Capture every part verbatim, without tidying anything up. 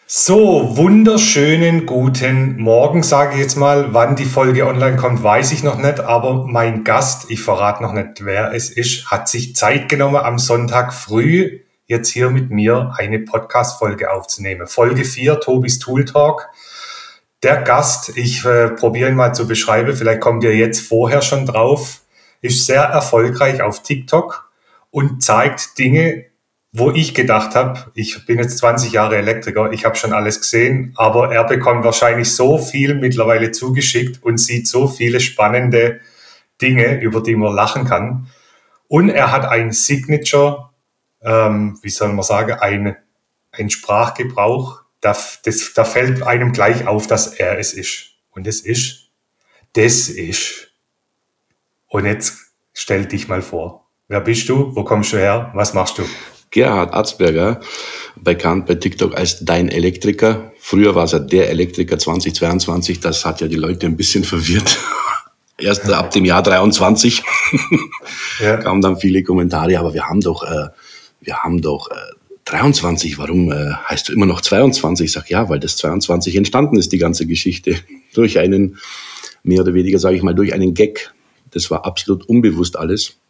So, wunderschönen guten Morgen, sage ich jetzt mal. Wann die Folge online kommt, weiß ich noch nicht, aber mein Gast, ich verrate noch nicht, wer es ist, hat sich Zeit genommen, am Sonntag früh jetzt hier mit mir eine Podcast-Folge aufzunehmen. Folge vier, Tobis Tool Talk. Der Gast, ich äh, probiere ihn mal zu beschreiben, vielleicht kommt ihr jetzt vorher schon drauf, ist sehr erfolgreich auf TikTok und zeigt Dinge, wo ich gedacht habe, ich bin jetzt zwanzig Jahre Elektriker, ich habe schon alles gesehen, aber er bekommt wahrscheinlich so viel mittlerweile zugeschickt und sieht so viele spannende Dinge, über die man lachen kann. Und er hat ein Signature, ähm, wie soll man sagen, ein, ein Sprachgebrauch, da, das, da fällt einem gleich auf, dass er es ist. Und es ist, das ist. Und jetzt stell dich mal vor. Wer bist du? Wo kommst du her? Was machst du? Gerhard Atzberger, bekannt bei TikTok als Dein Elektriker. Früher war es ja der Elektriker zweitausendzweiundzwanzig. Das hat ja die Leute ein bisschen verwirrt. Erst ab dem Jahr dreiundzwanzig ja. kamen dann viele Kommentare. Aber wir haben doch, äh, wir haben doch äh, dreiundzwanzig. Warum äh, heißt du immer noch zweiundzwanzig? Ich sage ja, weil das zweiundzwanzig entstanden ist, die ganze Geschichte. Durch einen, mehr oder weniger, sage ich mal, durch einen Gag. Das war absolut unbewusst alles.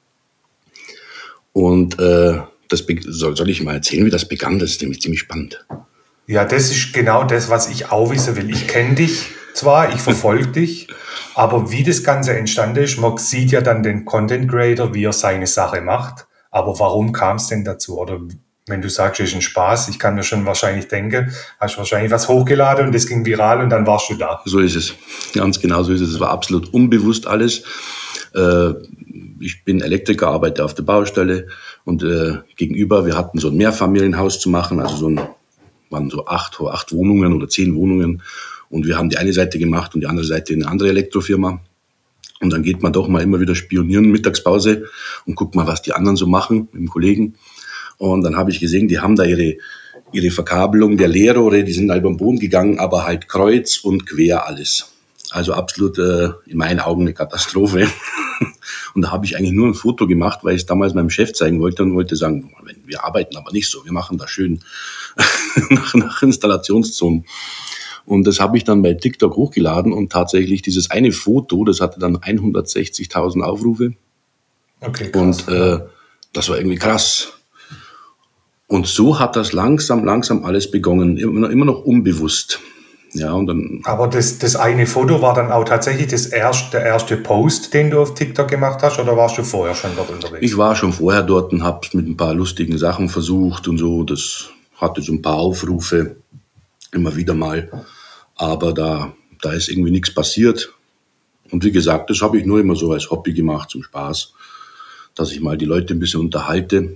Und äh, Das soll, soll ich mal erzählen, wie das begann? Das ist nämlich ziemlich spannend. Ja, das ist genau das, was ich auch wissen will. Ich kenne dich zwar, ich verfolge dich, aber wie das Ganze entstanden ist, man sieht ja dann den Content Creator, wie er seine Sache macht. Aber warum kam es denn dazu? Oder wenn du sagst, es ist ein Spaß, ich kann mir schon wahrscheinlich denken, hast wahrscheinlich was hochgeladen und das ging viral und dann warst du da. So ist es. Ganz genau so ist es. Es war absolut unbewusst alles. Äh, ich bin Elektriker, arbeite auf der Baustelle. Und äh, gegenüber, wir hatten so ein Mehrfamilienhaus zu machen, also so ein, waren so acht, acht Wohnungen oder zehn Wohnungen. Und wir haben die eine Seite gemacht und die andere Seite eine andere Elektrofirma. Und dann geht man doch mal immer wieder spionieren, Mittagspause, und guckt mal, was die anderen so machen mit dem Kollegen. Und dann habe ich gesehen, die haben da ihre, ihre Verkabelung der Leerrohre, die sind da über den Boden gegangen, aber halt kreuz und quer alles. Also absolut äh, in meinen Augen eine Katastrophe. Und da habe ich eigentlich nur ein Foto gemacht, weil ich es damals meinem Chef zeigen wollte und wollte sagen, wir arbeiten aber nicht so, wir machen das schön nach, nach Installationszonen. Und das habe ich dann bei TikTok hochgeladen und tatsächlich dieses eine Foto, das hatte dann hundertsechzigtausend Aufrufe. Okay, krass. Und äh, das war irgendwie krass. Und so hat das langsam, langsam alles begonnen, immer, immer noch unbewusst. Ja, und dann. Aber das, das eine Foto war dann auch tatsächlich das erste, der erste Post, den du auf TikTok gemacht hast, oder warst du vorher schon dort unterwegs? Ich war schon vorher dort und habe es mit ein paar lustigen Sachen versucht und so. Das hatte so ein paar Aufrufe, immer wieder mal. Aber da, da ist irgendwie nichts passiert. Und wie gesagt, das habe ich nur immer so als Hobby gemacht, zum Spaß, dass ich mal die Leute ein bisschen unterhalte.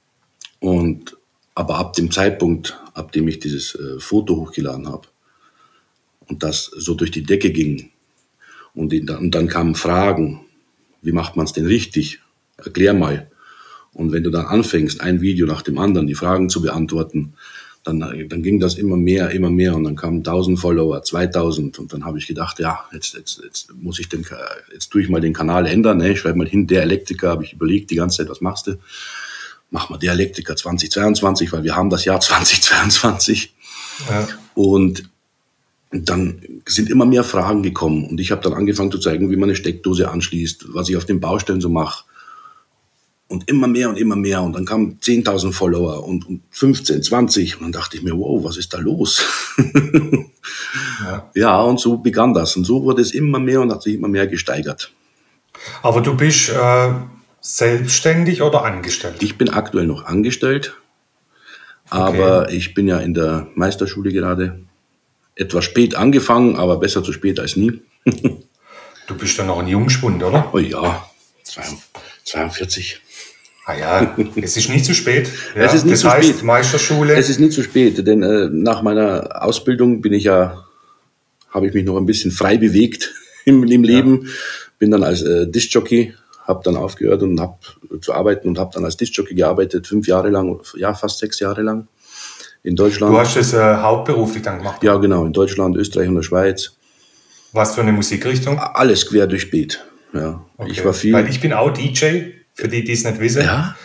Und aber ab dem Zeitpunkt, ab dem ich dieses äh, Foto hochgeladen habe, und das so durch die Decke ging. Und, die, und dann kamen Fragen. Wie macht man es denn richtig? Erklär mal. Und wenn du dann anfängst, ein Video nach dem anderen, die Fragen zu beantworten, dann, dann ging das immer mehr, immer mehr. Und dann kamen tausend Follower, zweitausend. Und dann habe ich gedacht, ja, jetzt, jetzt, jetzt muss ich den, jetzt tue ich mal den Kanal ändern. Ne? Ich schreibe mal hin, der Elektriker, habe ich überlegt die ganze Zeit, was machst du? Mach mal der Elektriker zweitausendzweiundzwanzig, weil wir haben das Jahr zweitausendzweiundzwanzig. Ja. Und dann sind immer mehr Fragen gekommen und ich habe dann angefangen zu zeigen, wie man eine Steckdose anschließt, was ich auf den Baustellen so mache. Und immer mehr und immer mehr. Und dann kamen zehntausend Follower und, und fünfzehn, zwanzig. Und dann dachte ich mir, wow, was ist da los? ja. ja, und so begann das. Und so wurde es immer mehr und hat sich immer mehr gesteigert. Aber du bist äh, selbstständig oder angestellt? Ich bin aktuell noch angestellt. Aber okay. Ich bin ja in der Meisterschule gerade. Etwas spät angefangen, aber besser zu spät als nie. Du bist ja noch ein Jungspund, oder? Oh ja, zweiundvierzig. Ah ja, es ist nie zu spät. Ja, es ist nie das zu heißt, spät. Meisterschule. Es ist nie zu spät, denn äh, nach meiner Ausbildung bin ich ja, habe ich mich noch ein bisschen frei bewegt im, im Leben. Ja. Bin dann als äh, Diskjockey, habe dann aufgehört und habe zu arbeiten und habe dann als Diskjockey gearbeitet, fünf Jahre lang, ja fast sechs Jahre lang. In Deutschland. Du hast das äh, hauptberuflich dann gemacht? Ja, genau, in Deutschland, Österreich und der Schweiz. Was für eine Musikrichtung? Alles quer durchbeet. Ja. Okay. Ich war viel. Weil ich bin auch D J, für die, die es nicht wissen. Ja?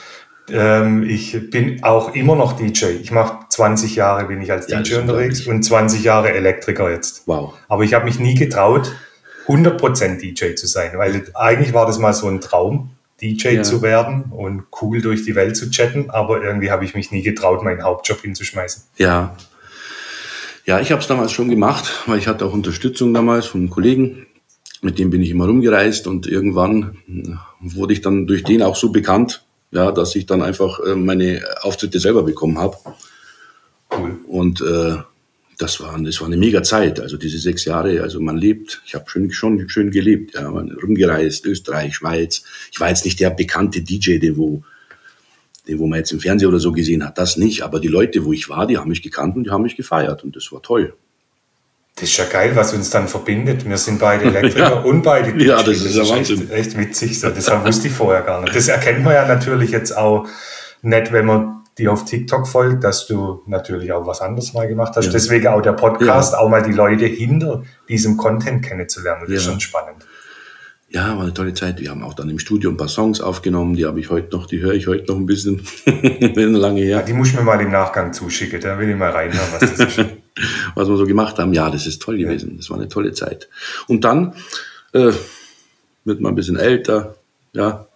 Ähm, ich bin auch immer noch D J. Ich mache zwanzig Jahre bin ich als Ja, D das J ist unterwegs unglaublich. und zwanzig Jahre Elektriker jetzt. Wow. Aber ich habe mich nie getraut, hundert Prozent D J zu sein, weil eigentlich war das mal so ein Traum, D J Ja. zu werden und cool durch die Welt zu chatten, aber irgendwie habe ich mich nie getraut, meinen Hauptjob hinzuschmeißen. Ja. Ja, ich habe es damals schon gemacht, weil ich hatte auch Unterstützung damals von einem Kollegen, mit dem bin ich immer rumgereist und irgendwann äh, wurde ich dann durch den auch so bekannt, ja, dass ich dann einfach äh, meine Auftritte selber bekommen habe. Cool. Und äh, das war, das war eine mega Zeit, also diese sechs Jahre, also man lebt, ich habe schon, schon schön gelebt, ja, man rumgereist, Österreich, Schweiz. Ich war jetzt nicht der bekannte D J, den wo, den wo man jetzt im Fernsehen oder so gesehen hat, das nicht, aber die Leute, wo ich war, die haben mich gekannt und die haben mich gefeiert und das war toll. Das ist ja geil, was uns dann verbindet. Wir sind beide Elektriker Ja. und beide D J. Ja, das ist ja echt, Wahnsinn. echt witzig. So. Das wusste ich vorher gar nicht. Das erkennt man ja natürlich jetzt auch nicht, wenn man dir auf TikTok folgt, dass du natürlich auch was anderes mal gemacht hast. Ja. Deswegen auch der Podcast, Ja. auch mal die Leute hinter diesem Content kennenzulernen. Das ist Ja. schon spannend. Ja, war eine tolle Zeit. Wir haben auch dann im Studio ein paar Songs aufgenommen, die habe ich heute noch, die höre ich heute noch ein bisschen. Lange her. Die muss ich mir mal im Nachgang zuschicken. Da will ich mal reinhören, was das ist. Was wir so gemacht haben, ja, das ist toll gewesen. Das war eine tolle Zeit. Und dann äh, wird man ein bisschen älter, ja.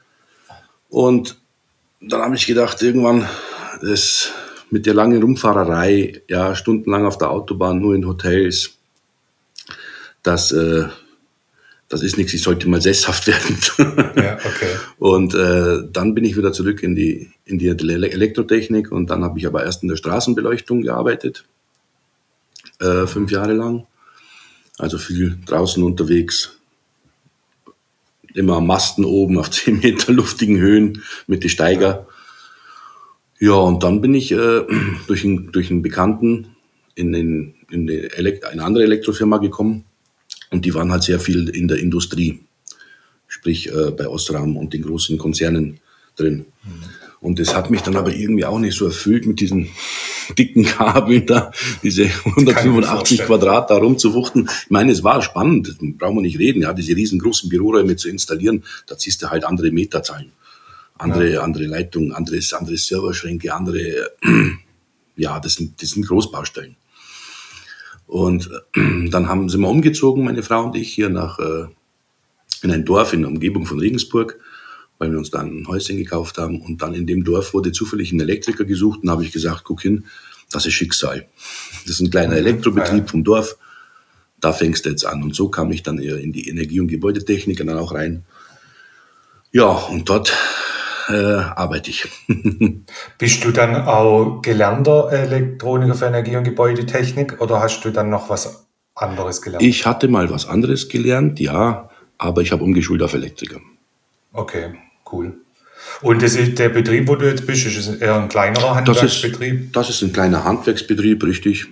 Und dann habe ich gedacht, irgendwann, das mit der langen Rumfahrerei, ja, stundenlang auf der Autobahn, nur in Hotels, das, äh, das ist nichts, ich sollte mal sesshaft werden. Ja, okay. Und äh, dann bin ich wieder zurück in die, in die Ele- Elektrotechnik und dann habe ich aber erst in der Straßenbeleuchtung gearbeitet, äh, fünf Jahre lang. Also viel draußen unterwegs, immer am Masten oben auf zehn Meter luftigen Höhen mit den Steiger. Ja, und dann bin ich äh, durch, einen, durch einen Bekannten in, in, in eine, Elekt- eine andere Elektrofirma gekommen und die waren halt sehr viel in der Industrie, sprich äh, bei Osram und den großen Konzernen drin. Und das hat mich dann aber irgendwie auch nicht so erfüllt, mit diesen dicken Kabeln da, diese hundertfünfundachtzig Quadrat da rumzuwuchten. Ich meine, es war spannend, das brauchen wir nicht reden, ja, diese riesengroßen Büroräume zu installieren, da ziehst du halt andere Meterzahlen, andere, ja. andere Leitungen, anderes, andere Serverschränke, andere, ja, das sind, das sind Großbaustellen. Und äh, dann haben, sind wir umgezogen, meine Frau und ich, hier nach, äh, in ein Dorf in der Umgebung von Regensburg, weil wir uns dann ein Häuschen gekauft haben. Und dann in dem Dorf wurde zufällig ein Elektriker gesucht. Und da habe ich gesagt, guck hin, das ist Schicksal. Das ist ein kleiner Elektrobetrieb vom Dorf. Da fängst du jetzt an. Und so kam ich dann eher in die Energie- und Gebäudetechnik dann auch rein. Ja, und dort äh, arbeite ich. Bist du dann auch gelernter Elektroniker für Energie- und Gebäudetechnik oder hast du dann noch was anderes gelernt? Ich hatte mal was anderes gelernt, ja, aber ich habe umgeschult auf Elektriker. Okay, cool. Und das ist der Betrieb, wo du jetzt bist, ist es eher ein kleinerer Handwerksbetrieb? Das ist, das ist ein kleiner Handwerksbetrieb, richtig.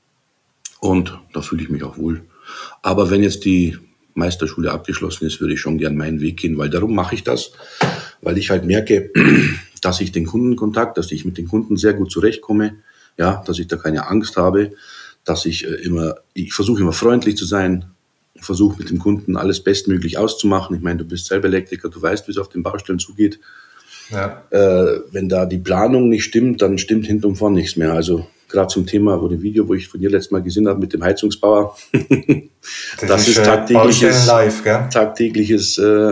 Und da fühle ich mich auch wohl. Aber wenn jetzt die Meisterschule abgeschlossen ist, würde ich schon gern meinen Weg gehen, weil darum mache ich das, weil ich halt merke, dass ich den Kundenkontakt, dass ich mit den Kunden sehr gut zurechtkomme, ja, dass ich da keine Angst habe, dass ich äh, immer, ich versuche immer freundlich zu sein, versuche mit dem Kunden alles bestmöglich auszumachen. Ich meine, du bist selber Elektriker, du weißt, wie es auf den Baustellen zugeht. Ja. Äh, wenn da die Planung nicht stimmt, dann stimmt hinten und vorne nichts mehr. Also gerade zum Thema, wo dem Video, wo ich von dir letztes Mal gesehen habe mit dem Heizungsbauer, das, das ist, ist tagtägliches, live, gell? tagtägliches äh,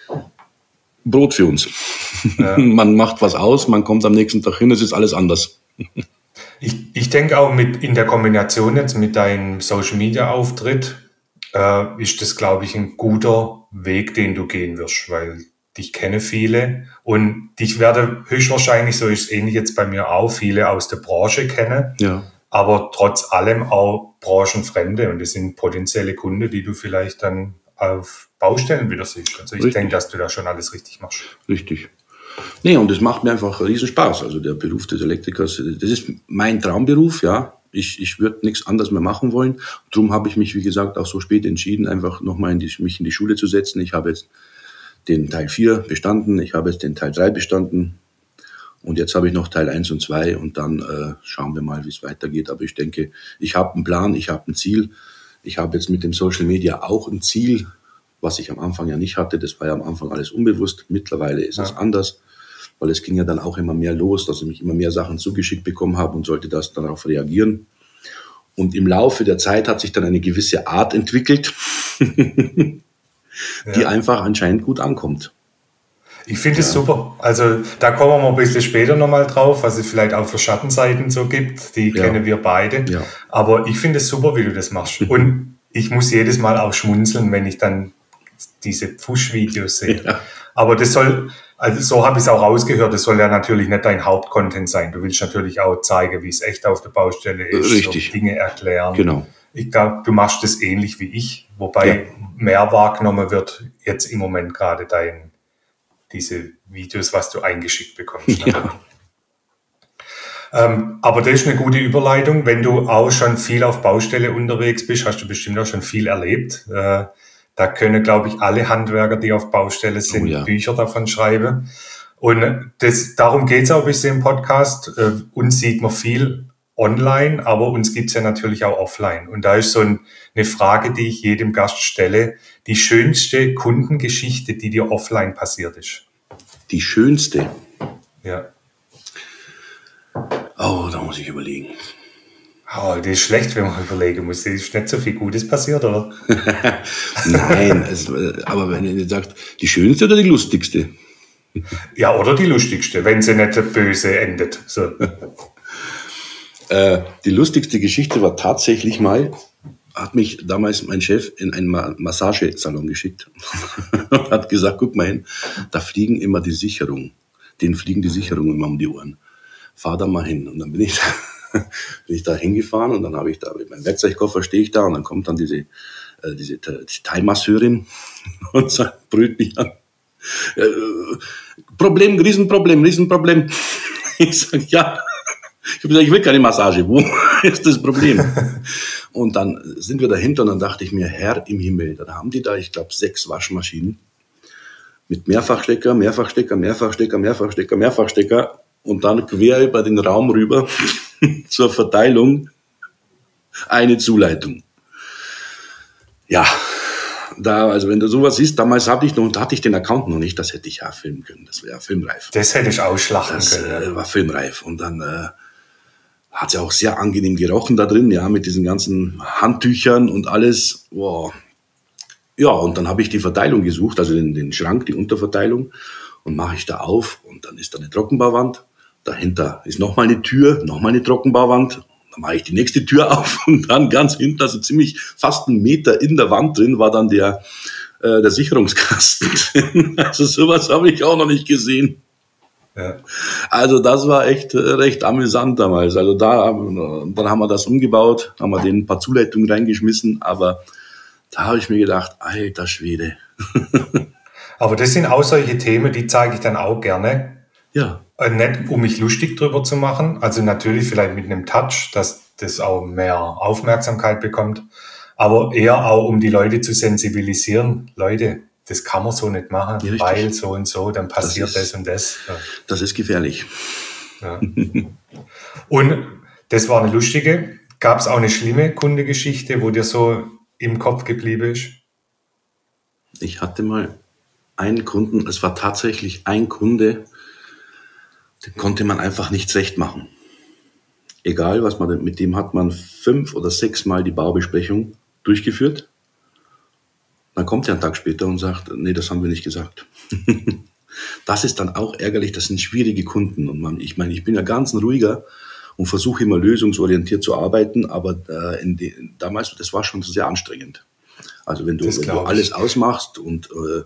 Brot für uns. Ja. Man macht was aus, man kommt am nächsten Tag hin, es ist alles anders. Ich, ich denke auch mit in der Kombination jetzt mit deinem Social-Media-Auftritt äh, ist das, glaube ich, ein guter Weg, den du gehen wirst, weil dich kenne viele und dich werde höchstwahrscheinlich, so ist es ähnlich jetzt bei mir auch, viele aus der Branche kennen, ja. aber trotz allem auch Branchenfremde und das sind potenzielle Kunden, die du vielleicht dann auf Baustellen wieder siehst. Also ich denke, dass du da schon alles richtig machst. Richtig. Nee, und es macht mir einfach riesen Spaß. Also der Beruf des Elektrikers, das ist mein Traumberuf, ja. Ich, ich würde nichts anderes mehr machen wollen. Darum habe ich mich, wie gesagt, auch so spät entschieden, einfach nochmal in die, mich in die Schule zu setzen. Ich habe jetzt den Teil vier bestanden, ich habe jetzt den Teil drei bestanden und jetzt habe ich noch Teil eins und zwei und dann äh, schauen wir mal, wie es weitergeht. Aber ich denke, ich habe einen Plan, ich habe ein Ziel. Ich habe jetzt mit dem Social Media auch ein Ziel, was ich am Anfang ja nicht hatte. Das war ja am Anfang alles unbewusst. Mittlerweile ist ja. es anders. weil es ging ja dann auch immer mehr los, dass ich mich immer mehr Sachen zugeschickt bekommen habe und sollte das darauf reagieren. Und im Laufe der Zeit hat sich dann eine gewisse Art entwickelt, die ja. einfach anscheinend gut ankommt. Ich finde es ja. super. Also da kommen wir mal ein bisschen später nochmal drauf, was es vielleicht auch für Schattenseiten so gibt. Die ja. kennen wir beide. Ja. Aber ich finde es super, wie du das machst. Und ich muss jedes Mal auch schmunzeln, wenn ich dann diese Pfusch-Videos sehe. Ja. Aber das soll, also so habe ich es auch rausgehört, das soll ja natürlich nicht dein Hauptcontent sein. Du willst natürlich auch zeigen, wie es echt auf der Baustelle ist. Richtig. So Dinge erklären. Genau. Ich glaube, du machst das ähnlich wie ich, wobei ja. mehr wahrgenommen wird jetzt im Moment gerade dein diese Videos, was du eingeschickt bekommst. Ne? Ja. Ähm, aber das ist eine gute Überleitung. Wenn du auch schon viel auf Baustelle unterwegs bist, hast du bestimmt auch schon viel erlebt. Äh, da können, glaube ich, alle Handwerker, die auf Baustelle sind, oh ja. Bücher davon schreiben. Und das, darum geht es auch ein bisschen im Podcast. Äh, uns sieht man viel online, aber uns gibt es ja natürlich auch offline. Und da ist so ein, eine Frage, die ich jedem Gast stelle. Die schönste Kundengeschichte, die dir offline passiert ist? Die schönste? Ja. Oh, da muss ich überlegen. Oh, das ist schlecht, wenn man überlegen muss. Es ist nicht so viel Gutes passiert, oder? Nein, es, aber wenn ihr sagt, die schönste oder die lustigste? Ja, oder die lustigste, wenn sie nicht böse endet. So. äh, die lustigste Geschichte war tatsächlich mal, hat mich damals mein Chef in einen Ma- Massagesalon geschickt und hat gesagt, guck mal hin, da fliegen immer die Sicherungen. Denen fliegen die Sicherungen immer um die Ohren. Fahr da mal hin. Und dann bin ich da, bin ich da hingefahren und dann habe ich da mit meinem Werkzeugkoffer stehe ich da und dann kommt dann diese, äh, diese die Thai-Masseurin und sagt, brüllt mich an. Äh, Problem, Riesenproblem, Riesenproblem. Ich sage, ja. Ich habe gesagt, ich will keine Massage. Wo ist das Problem? Und dann sind wir dahinter und dann dachte ich mir, Herr im Himmel, dann haben die da, ich glaube, sechs Waschmaschinen mit Mehrfachstecker, Mehrfachstecker, Mehrfachstecker, Mehrfachstecker, Mehrfachstecker und dann quer über den Raum rüber zur Verteilung eine Zuleitung. Ja, da, also wenn du sowas siehst, damals hatte ich noch, da hatte ich den Account noch nicht, das hätte ich ja filmen können, das wäre ja filmreif. Das hätte ich ausschlachten das, können. Das äh, war filmreif und dann äh, hat es ja auch sehr angenehm gerochen da drin, ja, mit diesen ganzen Handtüchern und alles. Wow. Ja, und dann habe ich die Verteilung gesucht, also den, den Schrank, die Unterverteilung, und mache ich da auf und dann ist da eine Trockenbauwand. Dahinter ist nochmal eine Tür, nochmal eine Trockenbauwand. Dann mache ich die nächste Tür auf und dann ganz hinten, also ziemlich fast einen Meter in der Wand drin, war dann der, äh, der Sicherungskasten drin. Also sowas habe ich auch noch nicht gesehen. Ja. Also das war echt recht amüsant damals. Also da, dann haben wir das umgebaut, haben wir denen ein paar Zuleitungen reingeschmissen, aber da habe ich mir gedacht, alter Schwede. Aber das sind auch solche Themen, die zeige ich dann auch gerne. Ja. Nicht, um mich lustig drüber zu machen, also natürlich vielleicht mit einem Touch, dass das auch mehr Aufmerksamkeit bekommt, aber eher auch, um die Leute zu sensibilisieren. Leute, das kann man so nicht machen, ja, weil so und so, dann passiert das, ist, das und das. Ja. Das ist gefährlich. Ja. Und das war eine lustige. Gab es auch eine schlimme Kundengeschichte, wo dir so im Kopf geblieben ist? Ich hatte mal einen Kunden, es war tatsächlich ein Kunde, den konnte man einfach nichts recht machen. Egal, was man mit dem hat man fünf oder sechs Mal die Baubesprechung durchgeführt. Dann kommt er einen Tag später und sagt, nee, das haben wir nicht gesagt. Das ist dann auch ärgerlich, das sind schwierige Kunden. Und man, ich meine, ich bin ja ganz ein ruhiger und versuche immer lösungsorientiert zu arbeiten, aber äh, in de, damals, das war schon sehr anstrengend. Also wenn du, wenn du alles ausmachst und äh,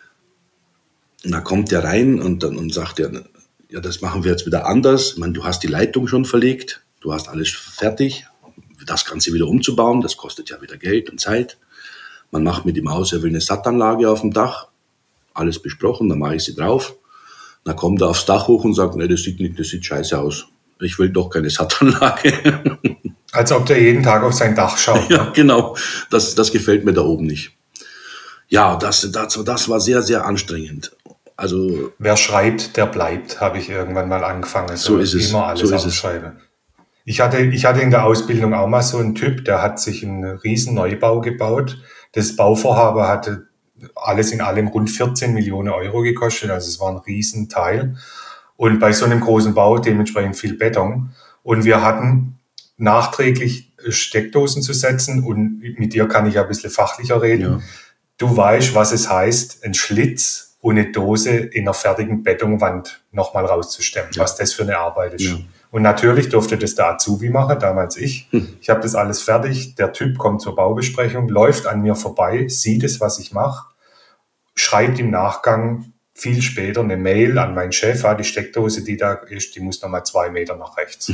da kommt der rein und dann und sagt er, ja, das machen wir jetzt wieder anders. Ich meine, du hast die Leitung schon verlegt, du hast alles fertig. Das Ganze wieder umzubauen, das kostet ja wieder Geld und Zeit. Man macht mit ihm aus, er will eine Sattanlage auf dem Dach. Alles besprochen, dann mache ich sie drauf. Dann kommt er aufs Dach hoch und sagt, nee, das sieht nicht, das sieht scheiße aus. Ich will doch keine Sattanlage. Als ob der jeden Tag auf sein Dach schaut. Ja, ne? Genau. Das, das gefällt mir da oben nicht. Ja, das, das, das war sehr, sehr anstrengend. Also, wer schreibt, der bleibt, habe ich irgendwann mal angefangen. So, so ist es. Immer alles so ist aufschreiben. Ich hatte, ich hatte in der Ausbildung auch mal so einen Typ, der hat sich einen riesen Neubau gebaut. Das Bauvorhaben hatte alles in allem rund vierzehn Millionen Euro gekostet, also es war ein Riesenteil. Und bei so einem großen Bau dementsprechend viel Beton. Und wir hatten nachträglich Steckdosen zu setzen. Und mit dir kann ich ein bisschen fachlicher reden. Ja. Du weißt, was es heißt, ein Schlitz und eine Dose in einer fertigen Betonwand nochmal rauszustemmen, ja. was das für eine Arbeit ist. Ja. Und natürlich durfte das der Azubi machen, damals ich. Hm. Ich habe das alles fertig. Der Typ kommt zur Baubesprechung, läuft an mir vorbei, sieht es, was ich mache, schreibt im Nachgang viel später eine Mail an meinen Chef, ah, die Steckdose, die da ist, die muss nochmal zwei Meter nach rechts.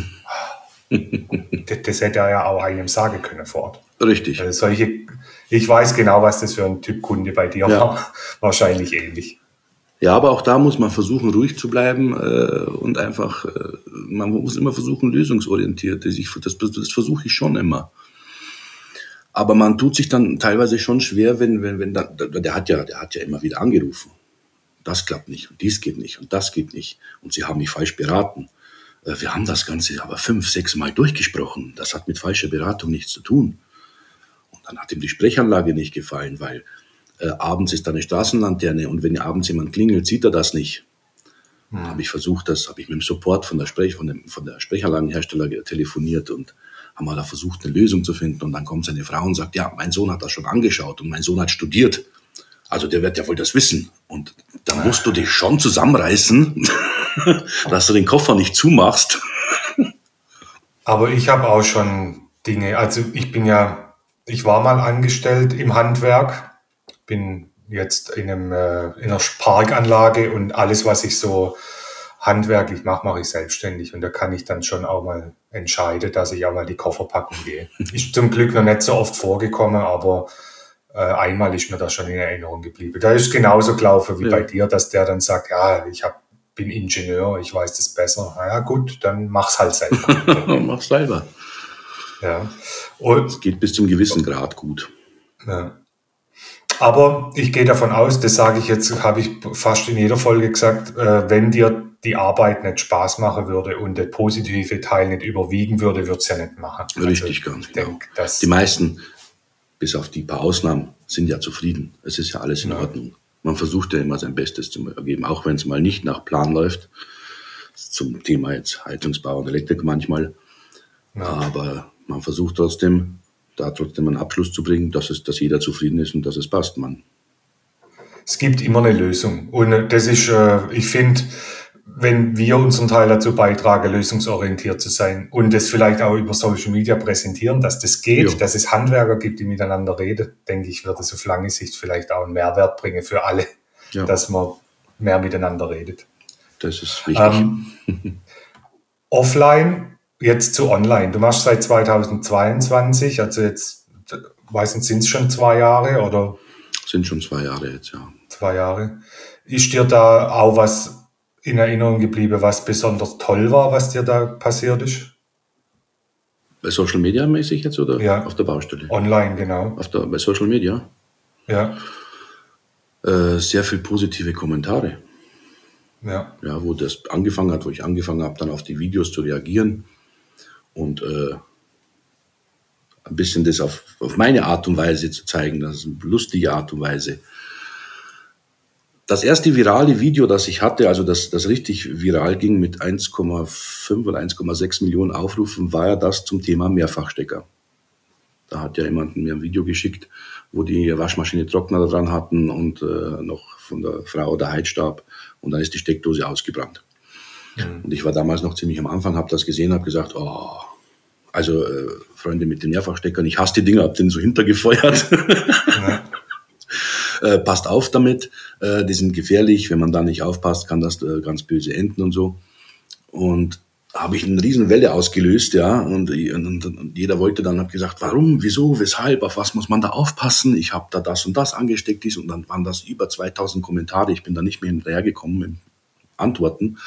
das, das hätte er ja auch einem sagen können vor Ort. Richtig. Also solche, ich weiß genau, was das für ein Typ Kunde bei dir ja. war. Wahrscheinlich ähnlich. Ja, aber auch da muss man versuchen, ruhig zu bleiben äh, und einfach, äh, man muss immer versuchen, lösungsorientiert. Ich, das, das versuche ich schon immer. Aber man tut sich dann teilweise schon schwer, wenn, wenn, wenn da, der hat ja, der hat ja immer wieder angerufen. Das klappt nicht und dies geht nicht und das geht nicht. Und Sie haben mich falsch beraten. Äh, wir haben das Ganze aber fünf, sechs Mal durchgesprochen. Das hat mit falscher Beratung nichts zu tun. Und dann hat ihm die Sprechanlage nicht gefallen, weil Äh, abends ist da eine Straßenlaterne und wenn abends jemand klingelt, sieht er das nicht. Hm. Habe ich versucht, das habe ich mit dem Support von der, Sprech, von dem, von der Sprechanlagenhersteller telefoniert und haben mal da versucht, eine Lösung zu finden. Und dann kommt seine Frau und sagt, ja, mein Sohn hat das schon angeschaut und mein Sohn hat studiert. Also der wird ja wohl das wissen. Und da musst du dich schon zusammenreißen, dass du den Koffer nicht zumachst. Aber ich habe auch schon Dinge, also ich bin ja, ich war mal angestellt im Handwerk, bin jetzt in, einem, äh, in einer Parkanlage und alles, was ich so handwerklich mache, mache ich selbstständig. Und da kann ich dann schon auch mal entscheiden, dass ich auch mal die Kofferpackung gehe. Ist zum Glück noch nicht so oft vorgekommen, aber äh, einmal ist mir das schon in Erinnerung geblieben. Da ist genauso gelaufen wie ja. bei dir, dass der dann sagt, ja, ich hab, bin Ingenieur, ich weiß das besser. Na ja gut, dann mach's halt selber. Mach's selber. Ja. Es geht bis zum gewissen Grad gut. Ja. Aber ich gehe davon aus, das sage ich jetzt, habe ich fast in jeder Folge gesagt, äh, wenn dir die Arbeit nicht Spaß machen würde und der positive Teil nicht überwiegen würde, würde es ja nicht machen. Richtig, also, ganz genau. Denk, die meisten, bis auf die paar Ausnahmen, sind ja zufrieden. Es ist ja alles in ja. Ordnung. Man versucht ja immer sein Bestes zu geben, auch wenn es mal nicht nach Plan läuft. Zum Thema jetzt Heizungsbau und Elektrik manchmal. Ja. Aber man versucht trotzdem, da trotzdem einen Abschluss zu bringen, dass, es, dass jeder zufrieden ist und dass es passt, Mann. Es gibt immer eine Lösung. Und das ist, äh, ich finde, wenn wir unseren Teil dazu beitragen, lösungsorientiert zu sein und das vielleicht auch über Social Media präsentieren, dass das geht, ja. dass es Handwerker gibt, die miteinander reden, denke ich, wird es auf lange Sicht vielleicht auch einen Mehrwert bringen für alle, ja. dass man mehr miteinander redet. Das ist wichtig. Ähm, offline, jetzt zu online. Du machst seit zweitausendzweiundzwanzig, also jetzt, weiß nicht, sind es schon zwei Jahre oder? Sind schon zwei Jahre jetzt, ja. Zwei Jahre. Ist dir da auch was in Erinnerung geblieben, was besonders toll war, was dir da passiert ist? Bei Social Media mäßig jetzt oder ja. auf der Baustelle? Online, genau. Auf der, bei Social Media? Ja. Äh, sehr viel positive Kommentare. Ja. Ja, wo das angefangen hat, wo ich angefangen habe, dann auf die Videos zu reagieren und äh, ein bisschen das auf, auf meine Art und Weise zu zeigen, das ist eine lustige Art und Weise. Das erste virale Video, das ich hatte, also das, das richtig viral ging mit eins Komma fünf oder eins Komma sechs Millionen Aufrufen, war ja das zum Thema Mehrfachstecker. Da hat ja jemand mir ein Video geschickt, wo die Waschmaschine Trockner dran hatten und äh, noch von der Frau der Heizstab und dann ist die Steckdose ausgebrannt. Mhm. Und ich war damals noch ziemlich am Anfang, habe das gesehen, habe gesagt, oh, also äh, Freunde mit den Mehrfachsteckern, ich hasse die Dinger, habe den so hintergefeuert. Ja. Äh, passt auf damit, äh, die sind gefährlich, wenn man da nicht aufpasst, kann das äh, ganz böse enden und so. Und habe ich eine riesen Welle ausgelöst, ja, und, und, und jeder wollte dann, habe gesagt, warum, wieso, weshalb, auf was muss man da aufpassen? Ich habe da das und das angesteckt, dies, und dann waren das über zweitausend Kommentare, ich bin da nicht mehr hinterhergekommen mit Antworten.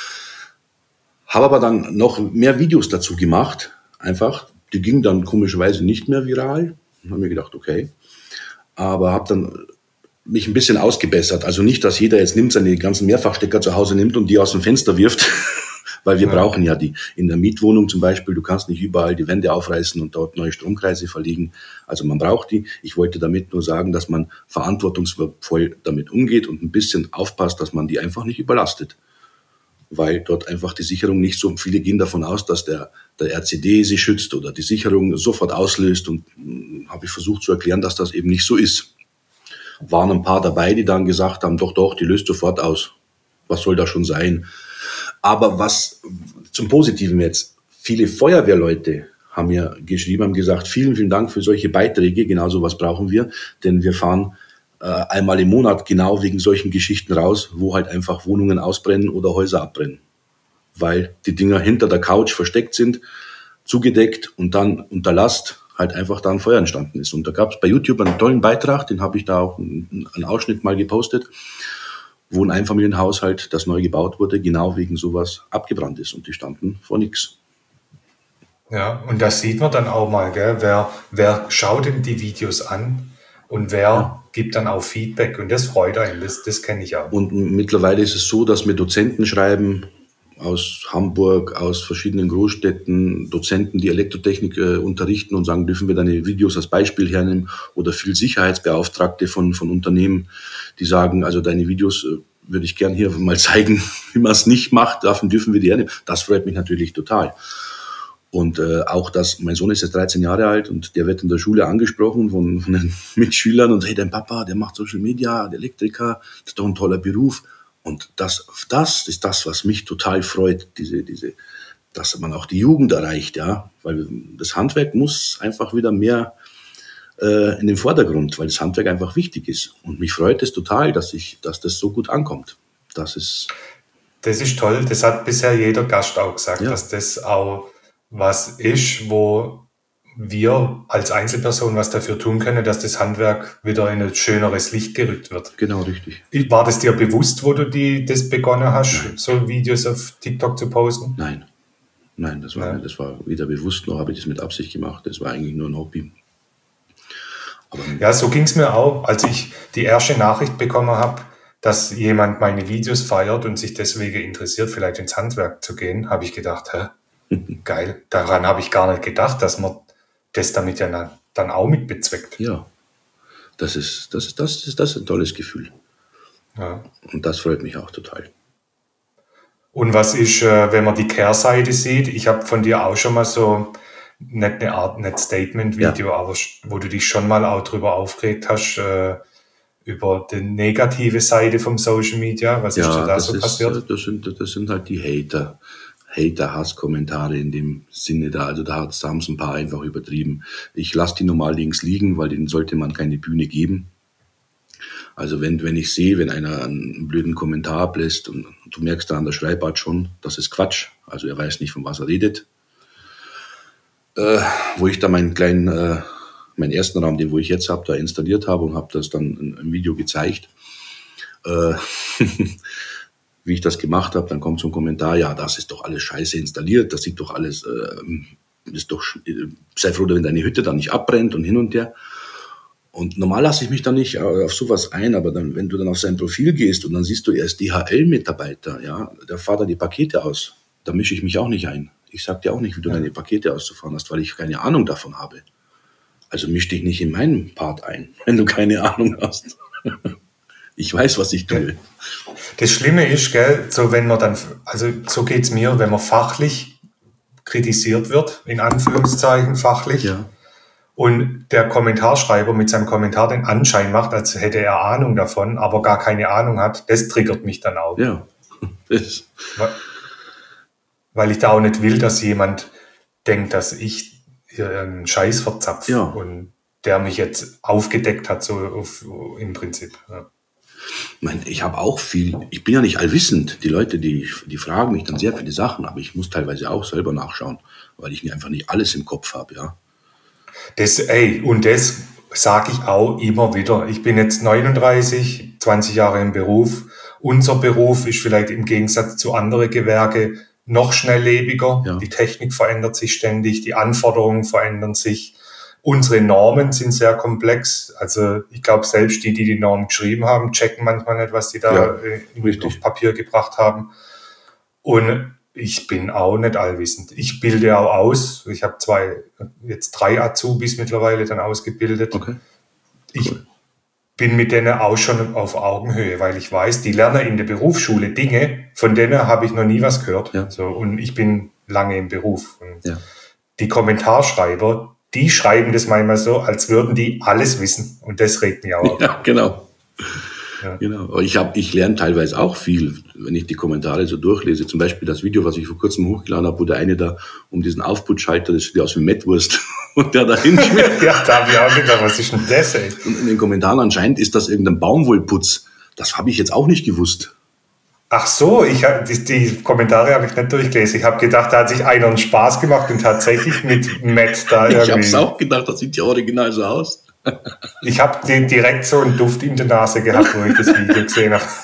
Habe aber dann noch mehr Videos dazu gemacht, einfach, die gingen dann komischerweise nicht mehr viral, habe mir gedacht, okay, aber habe dann mich ein bisschen ausgebessert. Also nicht, dass jeder jetzt nimmt, seine ganzen Mehrfachstecker zu Hause nimmt und die aus dem Fenster wirft, weil wir ja. brauchen ja die. In der Mietwohnung zum Beispiel, du kannst nicht überall die Wände aufreißen und dort neue Stromkreise verlegen. Also man braucht die. Ich wollte damit nur sagen, dass man verantwortungsvoll damit umgeht und ein bisschen aufpasst, dass man die einfach nicht überlastet. weil dort einfach die Sicherung nicht so, viele gehen davon aus, dass der, der R C D sie schützt oder die Sicherung sofort auslöst und mh, habe ich versucht zu erklären, dass das eben nicht so ist. Waren ein paar dabei, die dann gesagt haben, doch, doch, die löst sofort aus. Was soll da schon sein? Aber was zum Positiven jetzt, viele Feuerwehrleute haben mir geschrieben, haben gesagt, vielen, vielen Dank für solche Beiträge, genau so was brauchen wir, denn wir fahren äh, einmal im Monat genau wegen solchen Geschichten raus, wo halt einfach Wohnungen ausbrennen oder Häuser abbrennen, weil die Dinger hinter der Couch versteckt sind, zugedeckt und dann unter Last halt einfach da ein Feuer entstanden ist. Und da gab es bei YouTube einen tollen Beitrag, den habe ich da auch einen, einen Ausschnitt mal gepostet, wo ein Einfamilienhaushalt, das neu gebaut wurde, genau wegen sowas abgebrannt ist und die standen vor nichts. Ja, und das sieht man dann auch mal, gell? Wer, wer schaut denn die Videos an und wer ja. gibt dann auch Feedback und das freut einen, das, das kenne ich auch. Und mittlerweile ist es so, dass mir Dozenten schreiben aus Hamburg, aus verschiedenen Großstädten, Dozenten, die Elektrotechnik äh, unterrichten und sagen, dürfen wir deine Videos als Beispiel hernehmen, oder viel Sicherheitsbeauftragte von, von Unternehmen, die sagen, also deine Videos äh, würde ich gern hier mal zeigen, wie man es nicht macht, davon dürfen wir die hernehmen. Das freut mich natürlich total. Und äh, auch das, mein Sohn ist jetzt dreizehn Jahre alt und der wird in der Schule angesprochen von, von den Mitschülern und hey, dein Papa, der macht Social Media, der Elektriker, das ist doch ein toller Beruf. Und das, das ist das, was mich total freut, diese, diese, dass man auch die Jugend erreicht, ja, weil das Handwerk muss einfach wieder mehr äh, in den Vordergrund, weil das Handwerk einfach wichtig ist. Und mich freut es total, dass ich, dass das so gut ankommt. Das ist, das ist toll. Das hat bisher jeder Gast auch gesagt, ja. dass das auch was ist, wo wir als Einzelperson was dafür tun können, dass das Handwerk wieder in ein schöneres Licht gerückt wird. Genau, richtig. War das dir bewusst, wo du die, das begonnen hast, Nein. so Videos auf TikTok zu posten? Nein, Nein, das war, Nein. das war weder bewusst, noch habe ich das mit Absicht gemacht. Das war eigentlich nur ein Hobby. Aber ja, so ging es mir auch, als ich die erste Nachricht bekommen habe, dass jemand meine Videos feiert und sich deswegen interessiert, vielleicht ins Handwerk zu gehen, habe ich gedacht, hä? Geil, daran habe ich gar nicht gedacht, dass man das damit ja dann auch mit bezweckt. Ja, das ist, das ist, das ist, das ist ein tolles Gefühl. Ja. Und das freut mich auch total. Und was ist, wenn man die Kehrseite sieht? Ich habe von dir auch schon mal so, nicht eine Art, nicht Statement-Video, ja. aber wo du dich schon mal auch drüber aufgeregt hast, äh, über die negative Seite vom Social Media. Was ja, ist dir da das so ist, passiert? Das sind, das sind halt die Hater. Hater-Hass-Kommentare in dem Sinne da, also da, da haben es ein paar einfach übertrieben. Ich lasse die normal links liegen, weil denen sollte man keine Bühne geben. Also wenn, wenn ich sehe, wenn einer einen blöden Kommentar ablässt und du merkst da an der Schreibart schon, das ist Quatsch, also er weiß nicht, von was er redet, äh, wo ich da meinen kleinen, äh, meinen ersten Raum, den wo ich jetzt habe, da installiert habe und habe das dann im Video gezeigt, äh, wie ich das gemacht habe, dann kommt so ein Kommentar, ja, das ist doch alles scheiße installiert, das sieht doch alles, äh, ist doch, äh, sei froh, wenn deine Hütte dann nicht abbrennt und hin und her. Und normal lasse ich mich dann nicht auf sowas ein, aber dann, wenn du dann auf sein Profil gehst und dann siehst du, er ist D H L-Mitarbeiter, ja, der fährt dann die Pakete aus, da mische ich mich auch nicht ein. Ich sag dir auch nicht, wie du ja. deine Pakete auszufahren hast, weil ich keine Ahnung davon habe. Also misch dich nicht in meinen Part ein, wenn du keine Ahnung hast. Ich weiß, was ich tue. Das Schlimme ist, gell, so wenn man dann, also so geht's mir, wenn man fachlich kritisiert wird, in Anführungszeichen fachlich, ja. und der Kommentarschreiber mit seinem Kommentar den Anschein macht, als hätte er Ahnung davon, aber gar keine Ahnung hat, das triggert mich dann auch. Ja. Das. Weil, weil ich da auch nicht will, dass jemand denkt, dass ich hier einen Scheiß verzapfe, ja. und der mich jetzt aufgedeckt hat, so auf, im Prinzip. Ja. Ich meine, ich habe auch viel, ich bin ja nicht allwissend. Die Leute, die, die fragen mich dann sehr viele Sachen, aber ich muss teilweise auch selber nachschauen, weil ich einfach nicht alles im Kopf habe, ja. Das, ey, und das sage ich auch immer wieder. Ich bin jetzt neununddreißig, zwanzig Jahre im Beruf. Unser Beruf ist vielleicht im Gegensatz zu anderen Gewerke noch schnelllebiger. Ja. Die Technik verändert sich ständig, die Anforderungen verändern sich. Unsere Normen sind sehr komplex. Also ich glaube, selbst die, die die Normen geschrieben haben, checken manchmal nicht, was die da ja, in, auf Papier gebracht haben. Und ich bin auch nicht allwissend. Ich bilde auch aus. Ich habe zwei, jetzt drei Azubis mittlerweile dann ausgebildet. Okay. Ich bin mit denen auch schon auf Augenhöhe, weil ich weiß, die lernen in der Berufsschule Dinge, von denen habe ich noch nie was gehört. Ja. So, und ich bin lange im Beruf. Und Ja. die Kommentarschreiber, die schreiben das manchmal so, als würden die alles wissen. Und das regt mich auch auf. Ja, genau. Ja. Genau. Aber ich, hab, ich lerne teilweise auch viel, wenn ich die Kommentare so durchlese. Zum Beispiel das Video, was ich vor kurzem hochgeladen habe, wo der eine da um diesen Aufputschalter, das sieht aus wie Mettwurst, und der da hinschmiert. Ja, da habe ich auch gedacht, was ist denn das, ey? Und in den Kommentaren anscheinend ist das irgendein Baumwollputz. Das habe ich jetzt auch nicht gewusst. Ach so, ich hab, die, die Kommentare habe ich nicht durchgelesen. Ich habe gedacht, da hat sich einer einen Spaß gemacht und tatsächlich mit Matt da irgendwie... Ich habe es auch gedacht, das sieht ja original so aus. Ich habe direkt so einen Duft in der Nase gehabt, wo ich das Video gesehen habe.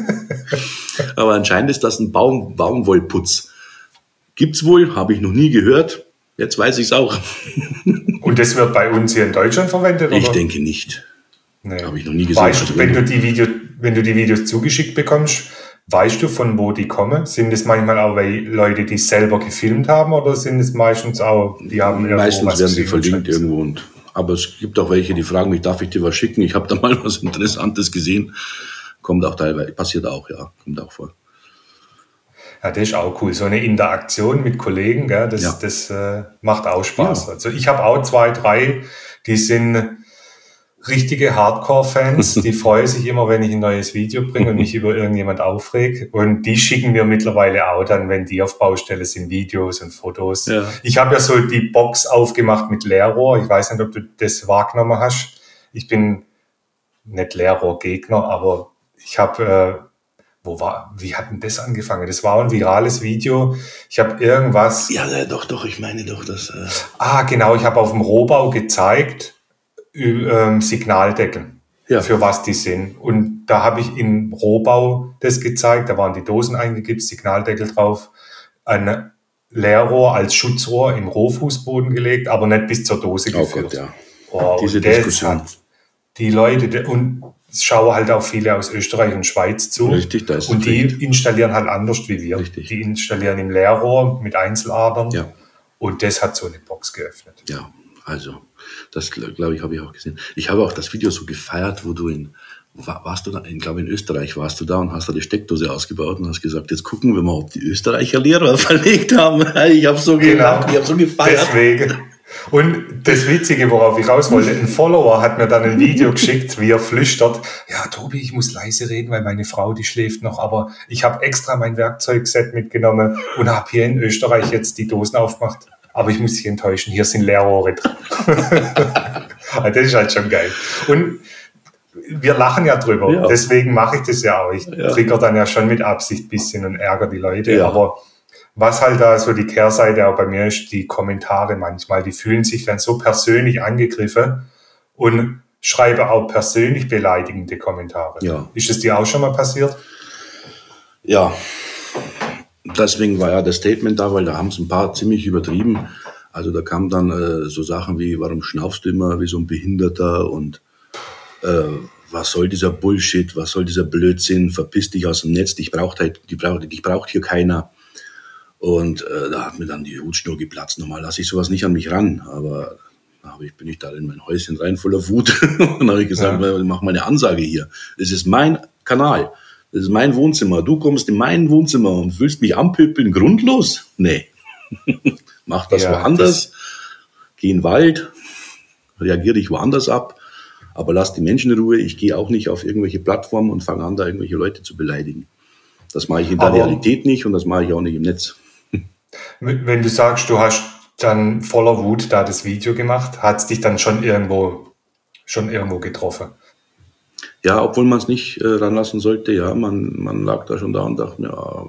Aber anscheinend ist das ein Baum, Baumwollputz. Gibt's wohl, habe ich noch nie gehört. Jetzt weiß ich es auch. Und das wird bei uns hier in Deutschland verwendet, Ich oder? denke nicht. Nee. Habe ich noch nie gesehen. Weißt du, wenn du die Video, wenn du die Videos zugeschickt bekommst, weißt du, von wo die kommen? Sind es manchmal auch Leute, die selber gefilmt haben, oder sind es meistens auch, die haben irgendwo Meistens was werden sie gesehen und verlinkt schreiben? irgendwo. Und, aber es gibt auch welche, die fragen mich, darf ich dir was schicken? Ich habe da mal was Interessantes gesehen. Kommt auch teilweise, passiert auch, ja, kommt auch vor. Ja, das ist auch cool. So eine Interaktion mit Kollegen, gell, das, Ja. das äh, macht auch Spaß. Ja. Also ich habe auch zwei, drei, die sind richtige Hardcore-Fans, die freuen sich immer, wenn ich ein neues Video bringe und mich über irgendjemand aufreg. Und die schicken mir mittlerweile auch dann, wenn die auf Baustelle sind, Videos und Fotos. Ja. Ich habe ja so die Box aufgemacht mit Leerrohr. Ich weiß nicht, ob du das wahrgenommen hast. Ich bin nicht Leerrohrgegner, aber ich habe, äh, wo war, wie hat denn das angefangen? Das war ein virales Video. Ich habe irgendwas... Ja, ja, doch, doch, ich meine doch, dass... Äh Ah, genau, ich habe auf dem Rohbau gezeigt, ähm, Signaldeckel, Ja. für was die sind. Und da habe ich im Rohbau das gezeigt, da waren die Dosen eingegipst, Signaldeckel drauf, ein Leerrohr als Schutzrohr im Rohfußboden gelegt, aber nicht bis zur Dose Oh geführt. Gott, ja. Oh, Diese und das Diskussion. hat die Leute, und es schauen halt auch viele aus Österreich und Schweiz zu. Richtig, da ist Und die Pflicht. installieren halt anders wie wir. Richtig. Die installieren im Leerrohr mit Einzeladern. Ja. Und das hat so eine Box geöffnet. Ja, also, das glaube ich, habe ich auch gesehen. Ich habe auch das Video so gefeiert, wo du in, war- warst du da, ich glaube in Österreich warst du da und hast da die Steckdose ausgebaut und hast gesagt, jetzt gucken wir mal, ob die Österreicher Lehrer verlegt haben. Ich habe so gelacht, ich habe so gefeiert. Deswegen. Und das Witzige, worauf ich raus wollte, ein Follower hat mir dann ein Video geschickt, wie er flüstert, ja, Tobi, ich muss leise reden, weil meine Frau, die schläft noch, aber ich habe extra mein Werkzeugset mitgenommen und habe hier in Österreich jetzt die Dosen aufgemacht. Aber ich muss dich enttäuschen, hier sind Leerrohre drin. Das ist halt schon geil. Und wir lachen ja drüber, Ja. deswegen mache ich das ja auch. Ich Ja. trigger dann ja schon mit Absicht ein bisschen und ärgere die Leute, Ja. aber was halt da so die Kehrseite auch bei mir ist, die Kommentare manchmal, die fühlen sich dann so persönlich angegriffen und schreiben auch persönlich beleidigende Kommentare. Ja. Ist es dir auch schon mal passiert? Ja, deswegen war ja das Statement da, weil da haben es ein paar ziemlich übertrieben. Also da kamen dann äh, so Sachen wie, warum schnaufst du immer wie so ein Behinderter und äh, was soll dieser Bullshit, was soll dieser Blödsinn, verpiss dich aus dem Netz, dich braucht, halt, die braucht, dich braucht hier keiner. Und äh, da hat mir dann die Hutschnur geplatzt. Normal lasse ich sowas nicht an mich ran, aber da hab ich, bin ich da in mein Häuschen rein voller Wut und dann habe ich gesagt, Ja. mach mal eine Ansage hier. Es ist mein Kanal. Das ist mein Wohnzimmer. Du kommst in mein Wohnzimmer und willst mich anpöbeln, grundlos? Nee. Mach das Ja, woanders. Geh in den Wald. Reagiere dich woanders ab. Aber lass die Menschen in Ruhe. Ich gehe auch nicht auf irgendwelche Plattformen und fange an, da irgendwelche Leute zu beleidigen. Das mache ich in der Aber- Realität nicht und das mache ich auch nicht im Netz. Wenn du sagst, du hast dann voller Wut da das Video gemacht, hat es dich dann schon irgendwo, schon irgendwo getroffen? Ja, obwohl man es nicht äh, ranlassen sollte, ja, man, man lag da schon da und dachte, ja,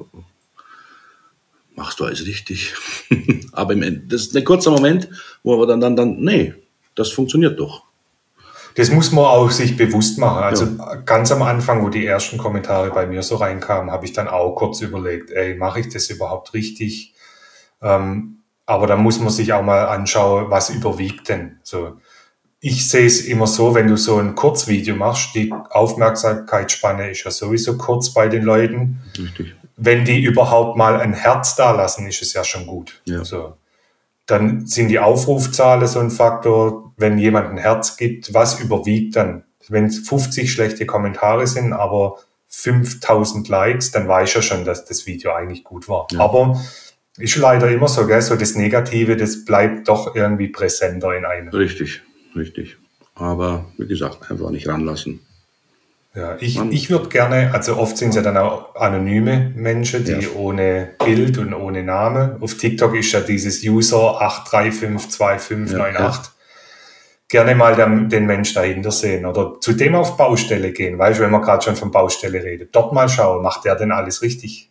machst du alles richtig. Aber im Ende, das ist ein kurzer Moment, wo wir dann, dann, dann, nee, das funktioniert doch. Das muss man auch sich bewusst machen. Also ganz am Anfang, wo die ersten Kommentare bei mir so reinkamen, habe ich dann auch kurz überlegt, ey, mache ich das überhaupt richtig? Ähm, aber da muss man sich auch mal anschauen, was überwiegt denn. So, ich sehe es immer so, wenn du so ein Kurzvideo machst, die Aufmerksamkeitsspanne ist ja sowieso kurz bei den Leuten. Richtig. Wenn die überhaupt mal ein Herz da lassen, ist es ja schon gut. Ja. So. Dann sind die Aufrufzahlen so ein Faktor, wenn jemand ein Herz gibt, was überwiegt dann? Wenn es fünfzig schlechte Kommentare sind, aber fünftausend Likes, dann weiß ich ja schon, dass das Video eigentlich gut war. Ja. Aber ist leider immer so, gell? So das Negative, das bleibt doch irgendwie präsenter in einem. Richtig, richtig. Aber wie gesagt, einfach nicht ranlassen. Ja, ich, ich würde gerne, also oft sind es ja dann auch anonyme Menschen, die Ja. ohne Bild und ohne Name. Auf TikTok ist ja dieses User acht drei fünf zwei fünf neun acht. Ja, ja. Gerne mal den, den Mensch dahinter sehen oder zu dem auf Baustelle gehen, weißt du, wenn man gerade schon von Baustelle redet. Dort mal schauen, macht der denn alles richtig?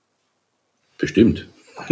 Bestimmt.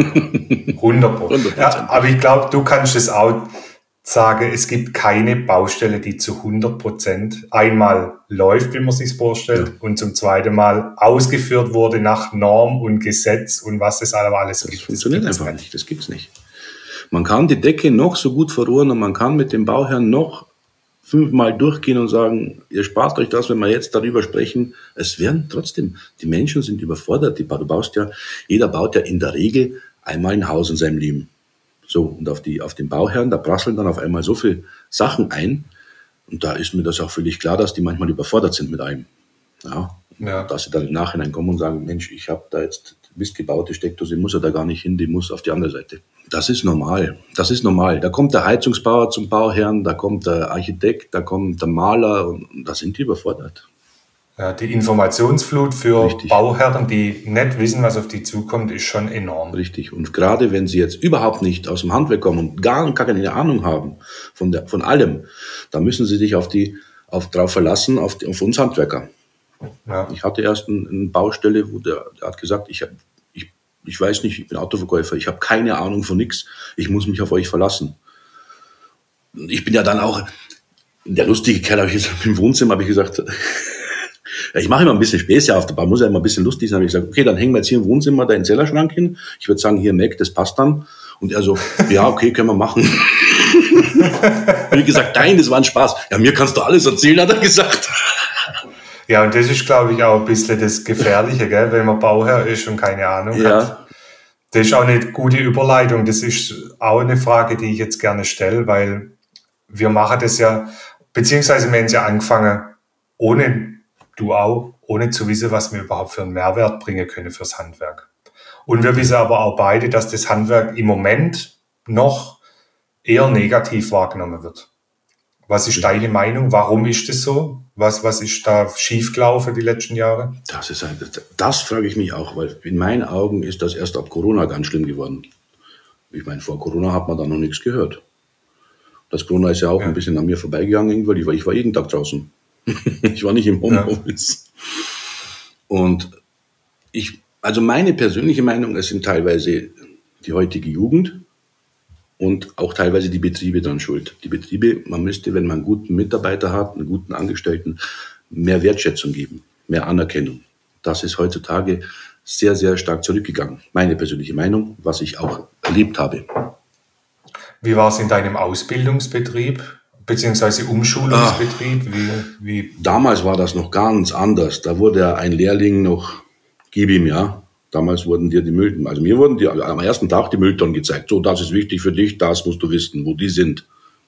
hundert Prozent. Ja, aber ich glaube, du kannst es auch sagen, es gibt keine Baustelle, die zu hundert Prozent einmal läuft, wie man sich vorstellt, ja. und zum zweiten Mal ausgeführt wurde nach Norm und Gesetz und was es alles das gibt. Das funktioniert einfach nicht. nicht, das gibt's nicht. Man kann die Decke noch so gut verrohren und man kann mit dem Bauherrn noch fünfmal durchgehen und sagen, ihr spart euch das, wenn wir jetzt darüber sprechen. Es werden trotzdem, die Menschen sind überfordert. Du baust ja, jeder baut ja in der Regel einmal ein Haus in seinem Leben. So, und auf, die, auf den Bauherrn, da prasseln dann auf einmal so viele Sachen ein. Und da ist mir das auch völlig klar, dass die manchmal überfordert sind mit allem. Ja, ja. Dass sie dann im Nachhinein kommen und sagen, Mensch, ich habe da jetzt Mist gebaut, die Steckdose muss ja da gar nicht hin, die muss auf die andere Seite. Das ist normal, das ist normal. Da kommt der Heizungsbauer zum Bauherrn, da kommt der Architekt, da kommt der Maler und da sind die überfordert. Ja, die Informationsflut für Richtig. Bauherren, die nicht wissen, was auf die zukommt, ist schon enorm. Richtig. Und gerade wenn sie jetzt überhaupt nicht aus dem Handwerk kommen und gar, gar keine Ahnung haben von, der, von allem, dann müssen sie sich auf die, auf, drauf verlassen, auf, die, auf uns Handwerker. Ja. Ich hatte erst eine, eine Baustelle, wo der, der hat gesagt, ich, ich, ich weiß nicht, ich bin Autoverkäufer, ich habe keine Ahnung von nichts, ich muss mich auf euch verlassen. Und ich bin ja dann auch, der lustige Kerl, habe ich gesagt, im Wohnzimmer habe ich gesagt, ich mache immer ein bisschen Späße auf der Bar, muss ja immer ein bisschen lustig sein. Habe ich gesagt, okay, dann hängen wir jetzt hier im Wohnzimmer da in den Zellerschrank hin. Ich würde sagen, hier Mac, das passt dann. Und er so, ja, okay, können wir machen. Wie gesagt, nein, das war ein Spaß. Ja, mir kannst du alles erzählen, hat er gesagt. Ja, und das ist, glaube ich, auch ein bisschen das Gefährliche, gell? Wenn man Bauherr ist und keine Ahnung ja. hat. Das ist auch eine gute Überleitung. Das ist auch eine Frage, die ich jetzt gerne stelle, weil wir machen das ja, beziehungsweise wir haben es ja angefangen, ohne du auch, ohne zu wissen, was wir überhaupt für einen Mehrwert bringen können fürs Handwerk. Und wir wissen aber auch beide, dass das Handwerk im Moment noch eher negativ wahrgenommen wird. Was ist deine Meinung? Warum ist das so? Was, was ist da schiefgelaufen die letzten Jahre? Das ist ein, das frage ich mich auch, weil in meinen Augen ist das erst ab Corona ganz schlimm geworden. Ich meine, vor Corona hat man da noch nichts gehört. Das Corona ist ja auch ja. ein bisschen an mir vorbeigegangen, weil ich war, ich war jeden Tag draußen. Ich war nicht im Homeoffice. Ja. Und ich, also meine persönliche Meinung, es sind teilweise die heutige Jugend und auch teilweise die Betriebe dran schuld. Die Betriebe, man müsste, wenn man einen guten Mitarbeiter hat, einen guten Angestellten, mehr Wertschätzung geben, mehr Anerkennung. Das ist heutzutage sehr, sehr stark zurückgegangen. Meine persönliche Meinung, was ich auch erlebt habe. Wie war es in deinem Ausbildungsbetrieb? Beziehungsweise Umschulungsbetrieb? Wie, wie? Damals war das noch ganz anders. Da wurde ein Lehrling noch, gib ihm, ja. Damals wurden dir die Mülltonnen, also mir wurden die am ersten Tag die Mülltonnen gezeigt. So, das ist wichtig für dich, das musst du wissen, wo die sind.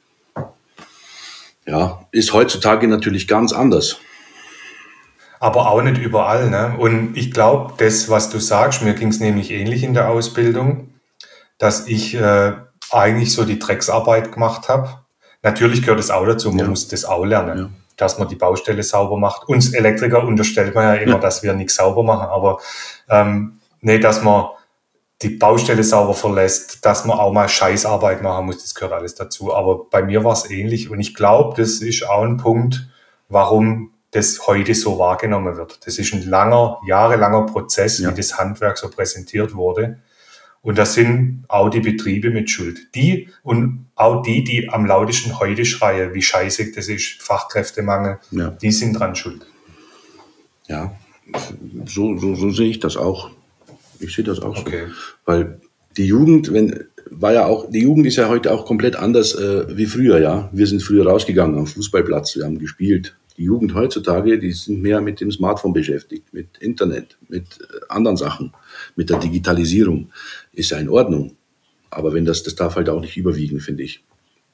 Ja, ist heutzutage natürlich ganz anders. Aber auch nicht überall, ne? Und ich glaube, das, was du sagst, mir ging es nämlich ähnlich in der Ausbildung, dass ich äh, eigentlich so die Drecksarbeit gemacht habe. Natürlich gehört es auch dazu, man ja. muss das auch lernen, ja. dass man die Baustelle sauber macht. Uns Elektriker unterstellt man ja immer, ja. dass wir nichts sauber machen, aber ähm, nicht, dass man die Baustelle sauber verlässt, dass man auch mal Scheißarbeit machen muss, das gehört alles dazu. Aber bei mir war es ähnlich und ich glaube, das ist auch ein Punkt, warum das heute so wahrgenommen wird. Das ist ein langer, jahrelanger Prozess, ja. wie das Handwerk so präsentiert wurde. Und das sind auch die Betriebe mit Schuld. Die und auch die, die am lautesten heute schreien, wie scheiße das ist, Fachkräftemangel, ja. die sind dran schuld. Ja, so, so, so sehe ich das auch. Ich sehe das auch okay. so. Weil die Jugend, wenn, war ja auch, die Jugend ist ja heute auch komplett anders äh, wie früher, ja. Wir sind früher rausgegangen am Fußballplatz, wir haben gespielt. Die Jugend heutzutage, die sind mehr mit dem Smartphone beschäftigt, mit Internet, mit äh, anderen Sachen, mit der Digitalisierung. Ist ja in Ordnung. Aber wenn das, das darf halt auch nicht überwiegen, finde ich.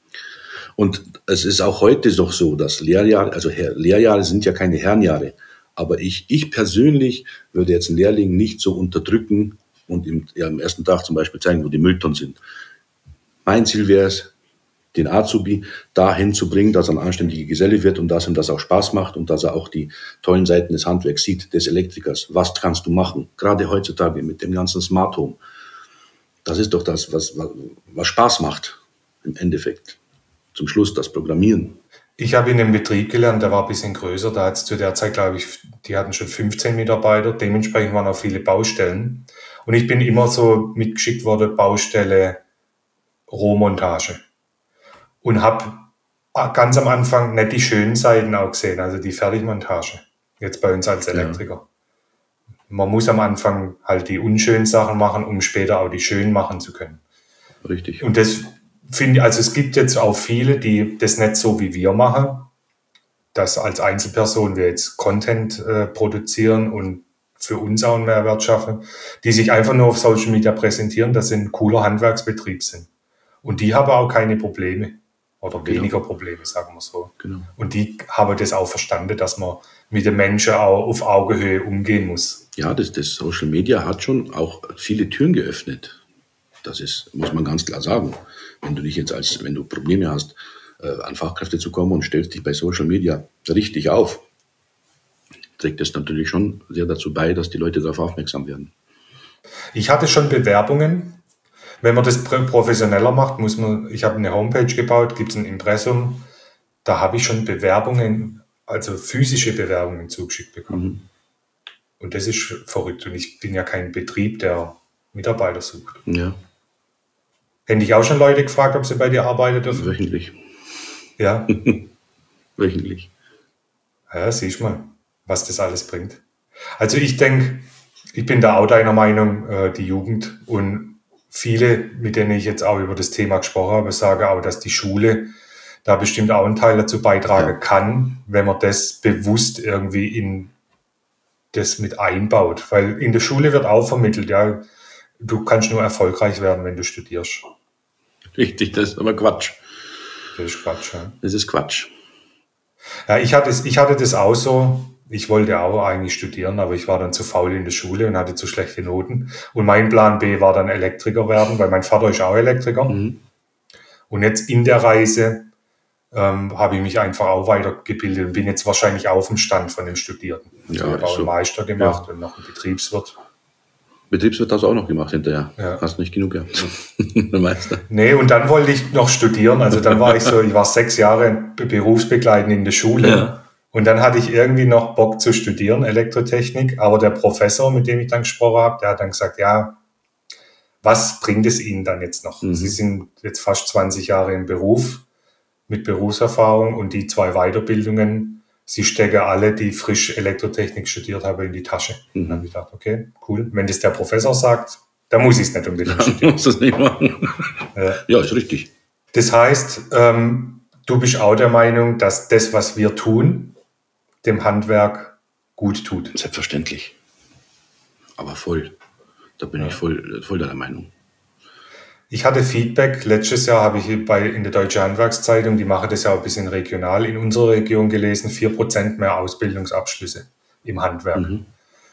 Und es ist auch heute doch so, dass Lehrjahre, also Lehrjahre sind ja keine Herrenjahre, Aber ich, ich persönlich würde jetzt einen Lehrling nicht so unterdrücken und ihm ja, am ersten Tag zum Beispiel zeigen, wo die Mülltonnen sind. Mein Ziel wäre es, den Azubi dahin zu bringen, dass er ein anständiger Geselle wird und dass ihm das auch Spaß macht und dass er auch die tollen Seiten des Handwerks sieht, des Elektrikers. Was kannst du machen? Gerade heutzutage mit dem ganzen Smart Home. Das ist doch das, was, was, was Spaß macht im Endeffekt. Zum Schluss das Programmieren. Ich habe in einem Betrieb gelernt, der war ein bisschen größer. Da hat es zu der Zeit, glaube ich, die hatten schon fünfzehn Mitarbeiter. Dementsprechend waren auch viele Baustellen. Und ich bin immer so mitgeschickt worden, Baustelle, Rohmontage. Und habe ganz am Anfang nicht die schönen Seiten auch gesehen, also die Fertigmontage. Jetzt bei uns als Elektriker. Ja. Man muss am Anfang halt die unschönen Sachen machen, um später auch die schönen machen zu können. Richtig. Und das finde ich, also es gibt jetzt auch viele, die das nicht so wie wir machen, dass als Einzelperson wir jetzt Content äh, produzieren und für uns auch einen Mehrwert schaffen, die sich einfach nur auf Social Media präsentieren, dass sie ein cooler Handwerksbetrieb sind. Und die haben auch keine Probleme oder genau. weniger Probleme, sagen wir so. Genau. Und die haben das auch verstanden, dass man mit den Menschen auch auf Augenhöhe umgehen muss. Ja, das, das Social Media hat schon auch viele Türen geöffnet. Das ist, muss man ganz klar sagen. Wenn du dich jetzt als, wenn du Probleme hast, äh, an Fachkräfte zu kommen und stellst dich bei Social Media richtig auf, trägt das natürlich schon sehr dazu bei, dass die Leute darauf aufmerksam werden. Ich hatte schon Bewerbungen. Wenn man das professioneller macht, muss man, ich habe eine Homepage gebaut, gibt es ein Impressum, da habe ich schon Bewerbungen, also physische Bewerbungen zugeschickt bekommen. Mhm. Und das ist verrückt. Und ich bin ja kein Betrieb, der Mitarbeiter sucht. Ja. Hätte ich auch schon Leute gefragt, ob sie bei dir arbeiten dürfen? Wöchentlich. Ja? Wöchentlich. Ja, siehst du mal, was das alles bringt. Also ich denke, ich bin da auch deiner Meinung, äh, die Jugend und viele, mit denen ich jetzt auch über das Thema gesprochen habe, sagen auch, dass die Schule da bestimmt auch einen Teil dazu beitragen ja. kann, wenn man das bewusst irgendwie in das mit einbaut. Weil in der Schule wird auch vermittelt, ja, du kannst nur erfolgreich werden, wenn du studierst. Richtig, das ist aber Quatsch. Das ist Quatsch, ja. Das ist Quatsch. Ja, ich hatte, ich hatte das auch so. Ich wollte auch eigentlich studieren, aber ich war dann zu faul in der Schule und hatte zu schlechte Noten. Und mein Plan B war dann Elektriker werden, weil mein Vater ist auch Elektriker. Mhm. Und jetzt in der Reise ähm, habe ich mich einfach auch weitergebildet und bin jetzt wahrscheinlich auf dem Stand von den Studierten. Also ja, ich habe auch so. einen Meister gemacht Ja. und noch einen Betriebswirt. Betriebswirt hast du auch noch gemacht hinterher. Ja. Hast nicht genug gehabt. Der Meister. Nee, und dann wollte ich noch studieren. Also dann war ich so, ich war sechs Jahre berufsbegleitend in der Schule. Ja. Und dann hatte ich irgendwie noch Bock zu studieren, Elektrotechnik. Aber der Professor, mit dem ich dann gesprochen habe, der hat dann gesagt, ja, was bringt es Ihnen dann jetzt noch? Mhm. Sie sind jetzt fast zwanzig Jahre im Beruf mit Berufserfahrung und die zwei Weiterbildungen, Sie stecken alle, die frisch Elektrotechnik studiert haben, in die Tasche. Mhm. Dann habe ich gedacht, okay, cool. Wenn das der Professor sagt, dann muss ich es nicht unbedingt dann studieren. Muss das nicht machen. Ja. Ja, ist richtig. Das heißt, ähm, du bist auch der Meinung, dass das, was wir tun, dem Handwerk gut tut. Selbstverständlich. Aber voll. Da bin ja. ich voll, voll deiner Meinung. Ich hatte Feedback. Letztes Jahr habe ich bei, in der Deutschen Handwerkszeitung, die machen das ja auch ein bisschen regional, in unserer Region gelesen, vier Prozent mehr Ausbildungsabschlüsse im Handwerk. Mhm.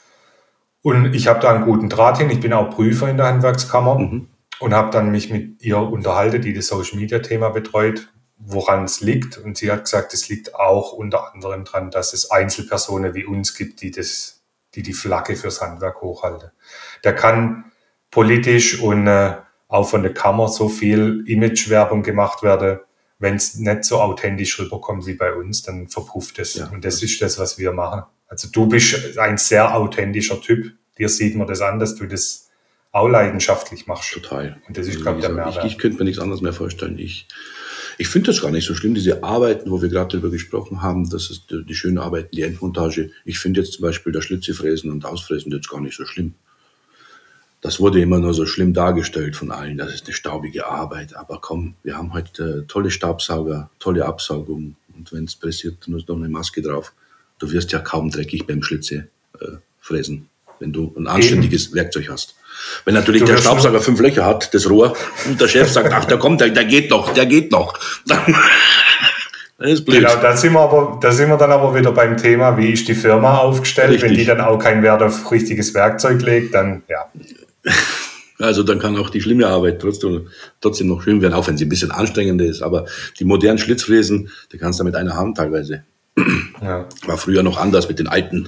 Und ich habe da einen guten Draht hin. Ich bin auch Prüfer in der Handwerkskammer mhm. und habe dann mich mit ihr unterhalten, die das Social-Media-Thema betreut, woran es liegt. Und sie hat gesagt, es liegt auch unter anderem daran, dass es Einzelpersonen wie uns gibt, die das, die, die Flagge fürs Handwerk hochhalten. Da kann politisch und äh, auch von der Kammer so viel Imagewerbung gemacht werden. Wenn es nicht so authentisch rüberkommt wie bei uns, dann verpufft es. Ja. Und das ist das, was wir machen. Also du bist ein sehr authentischer Typ. Dir sieht man das an, dass du das auch leidenschaftlich machst. Total. Und das ist, glaube ich, der Mehrwert. Ich, ich könnte mir nichts anderes mehr vorstellen. Ich, ich finde das gar nicht so schlimm, diese Arbeiten, wo wir gerade darüber gesprochen haben, das ist die, die schönen Arbeiten, die Endmontage. Ich finde jetzt zum Beispiel das Schlitzefräsen und Ausfräsen jetzt gar nicht so schlimm. Das wurde immer nur so schlimm dargestellt von allen, das ist eine staubige Arbeit. Aber komm, wir haben heute äh, tolle Staubsauger, tolle Absaugung. Und wenn es pressiert, dann ist noch eine Maske drauf. Du wirst ja kaum dreckig beim Schlitze äh, fräsen, wenn du ein anständiges Eben. Werkzeug hast. Wenn natürlich du der Staubsauger fünf Löcher hat, das Rohr, und der Chef sagt, ach, der kommt, der, der geht noch, der geht noch. Das ist blöd. Genau, da sind, wir aber, da sind wir dann aber wieder beim Thema, wie ist die Firma aufgestellt? Richtig. Wenn die dann auch keinen Wert auf richtiges Werkzeug legt, dann ja. Also dann kann auch die schlimme Arbeit trotzdem, trotzdem noch schön werden, auch wenn sie ein bisschen anstrengender ist. Aber die modernen Schlitzfräsen, die kannst du mit einer Hand teilweise. Ja. War früher noch anders mit den alten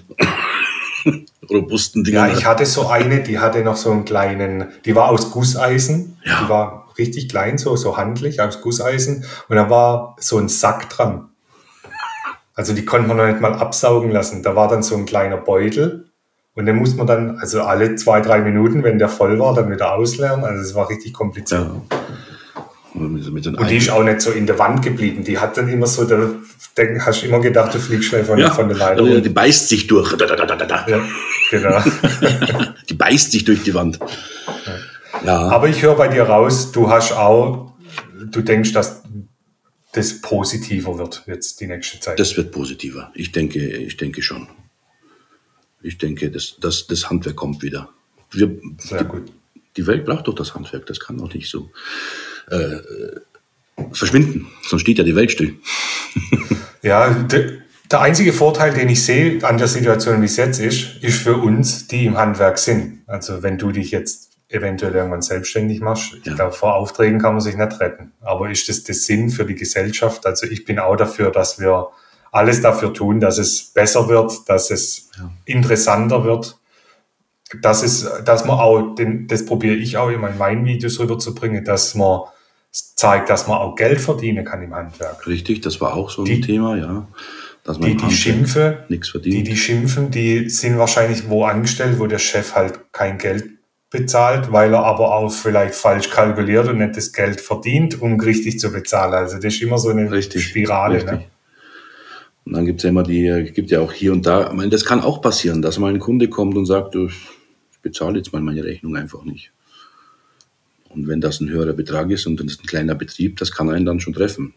robusten Dingern. Ja, ich hatte so eine, die hatte noch so einen kleinen, die war aus Gusseisen. Ja. Die war richtig klein, so, so handlich, aus Gusseisen. Und da war so ein Sack dran. Also die konnte man noch nicht mal absaugen lassen. Da war dann so ein kleiner Beutel. Und den muss man dann, also alle zwei, drei Minuten, wenn der voll war, dann wieder ausleeren. Also es war richtig kompliziert. Ja. Und, mit und die ist auch nicht so in der Wand geblieben. Die hat dann immer so, da hast du immer gedacht, du fliegst schnell von, ja, von der Leiter. Also die beißt sich durch. Da, da, da, da, da. Ja, genau. Die beißt sich durch die Wand. Ja. Ja. Aber ich höre bei dir raus, du hast auch, du denkst, dass das positiver wird jetzt die nächste Zeit. Das wird positiver. Ich denke, ich denke schon. Ich denke, das, das, das Handwerk kommt wieder. Wir, Sehr die, gut. Die Welt braucht doch das Handwerk. Das kann doch nicht so äh, verschwinden. Sonst steht ja die Welt still. Ja, de, der einzige Vorteil, den ich sehe an der Situation, wie es jetzt ist, ist für uns, die im Handwerk sind. Also wenn du dich jetzt eventuell irgendwann selbstständig machst, ich ja. glaube, vor Aufträgen kann man sich nicht retten. Aber ist das der Sinn für die Gesellschaft? Also ich bin auch dafür, dass wir alles dafür tun, dass es besser wird, dass es ja. interessanter wird, dass es, dass man auch, den, das probiere ich auch immer in meinen Videos rüberzubringen, dass man zeigt, dass man auch Geld verdienen kann im Handwerk. Richtig, das war auch so ein die, Thema, ja. Dass man die, die schimpfen, nichts verdient. Die, die schimpfen, die sind wahrscheinlich wo angestellt, wo der Chef halt kein Geld bezahlt, weil er aber auch vielleicht falsch kalkuliert und nicht das Geld verdient, um richtig zu bezahlen. Also das ist immer so eine richtig, Spirale. Richtig. Ne? Und dann gibt es ja immer die, gibt ja auch hier und da, ich meine, das kann auch passieren, dass mal ein Kunde kommt und sagt, ich bezahle jetzt mal meine Rechnung einfach nicht. Und wenn das ein höherer Betrag ist und das ist ein kleiner Betrieb, das kann einen dann schon treffen.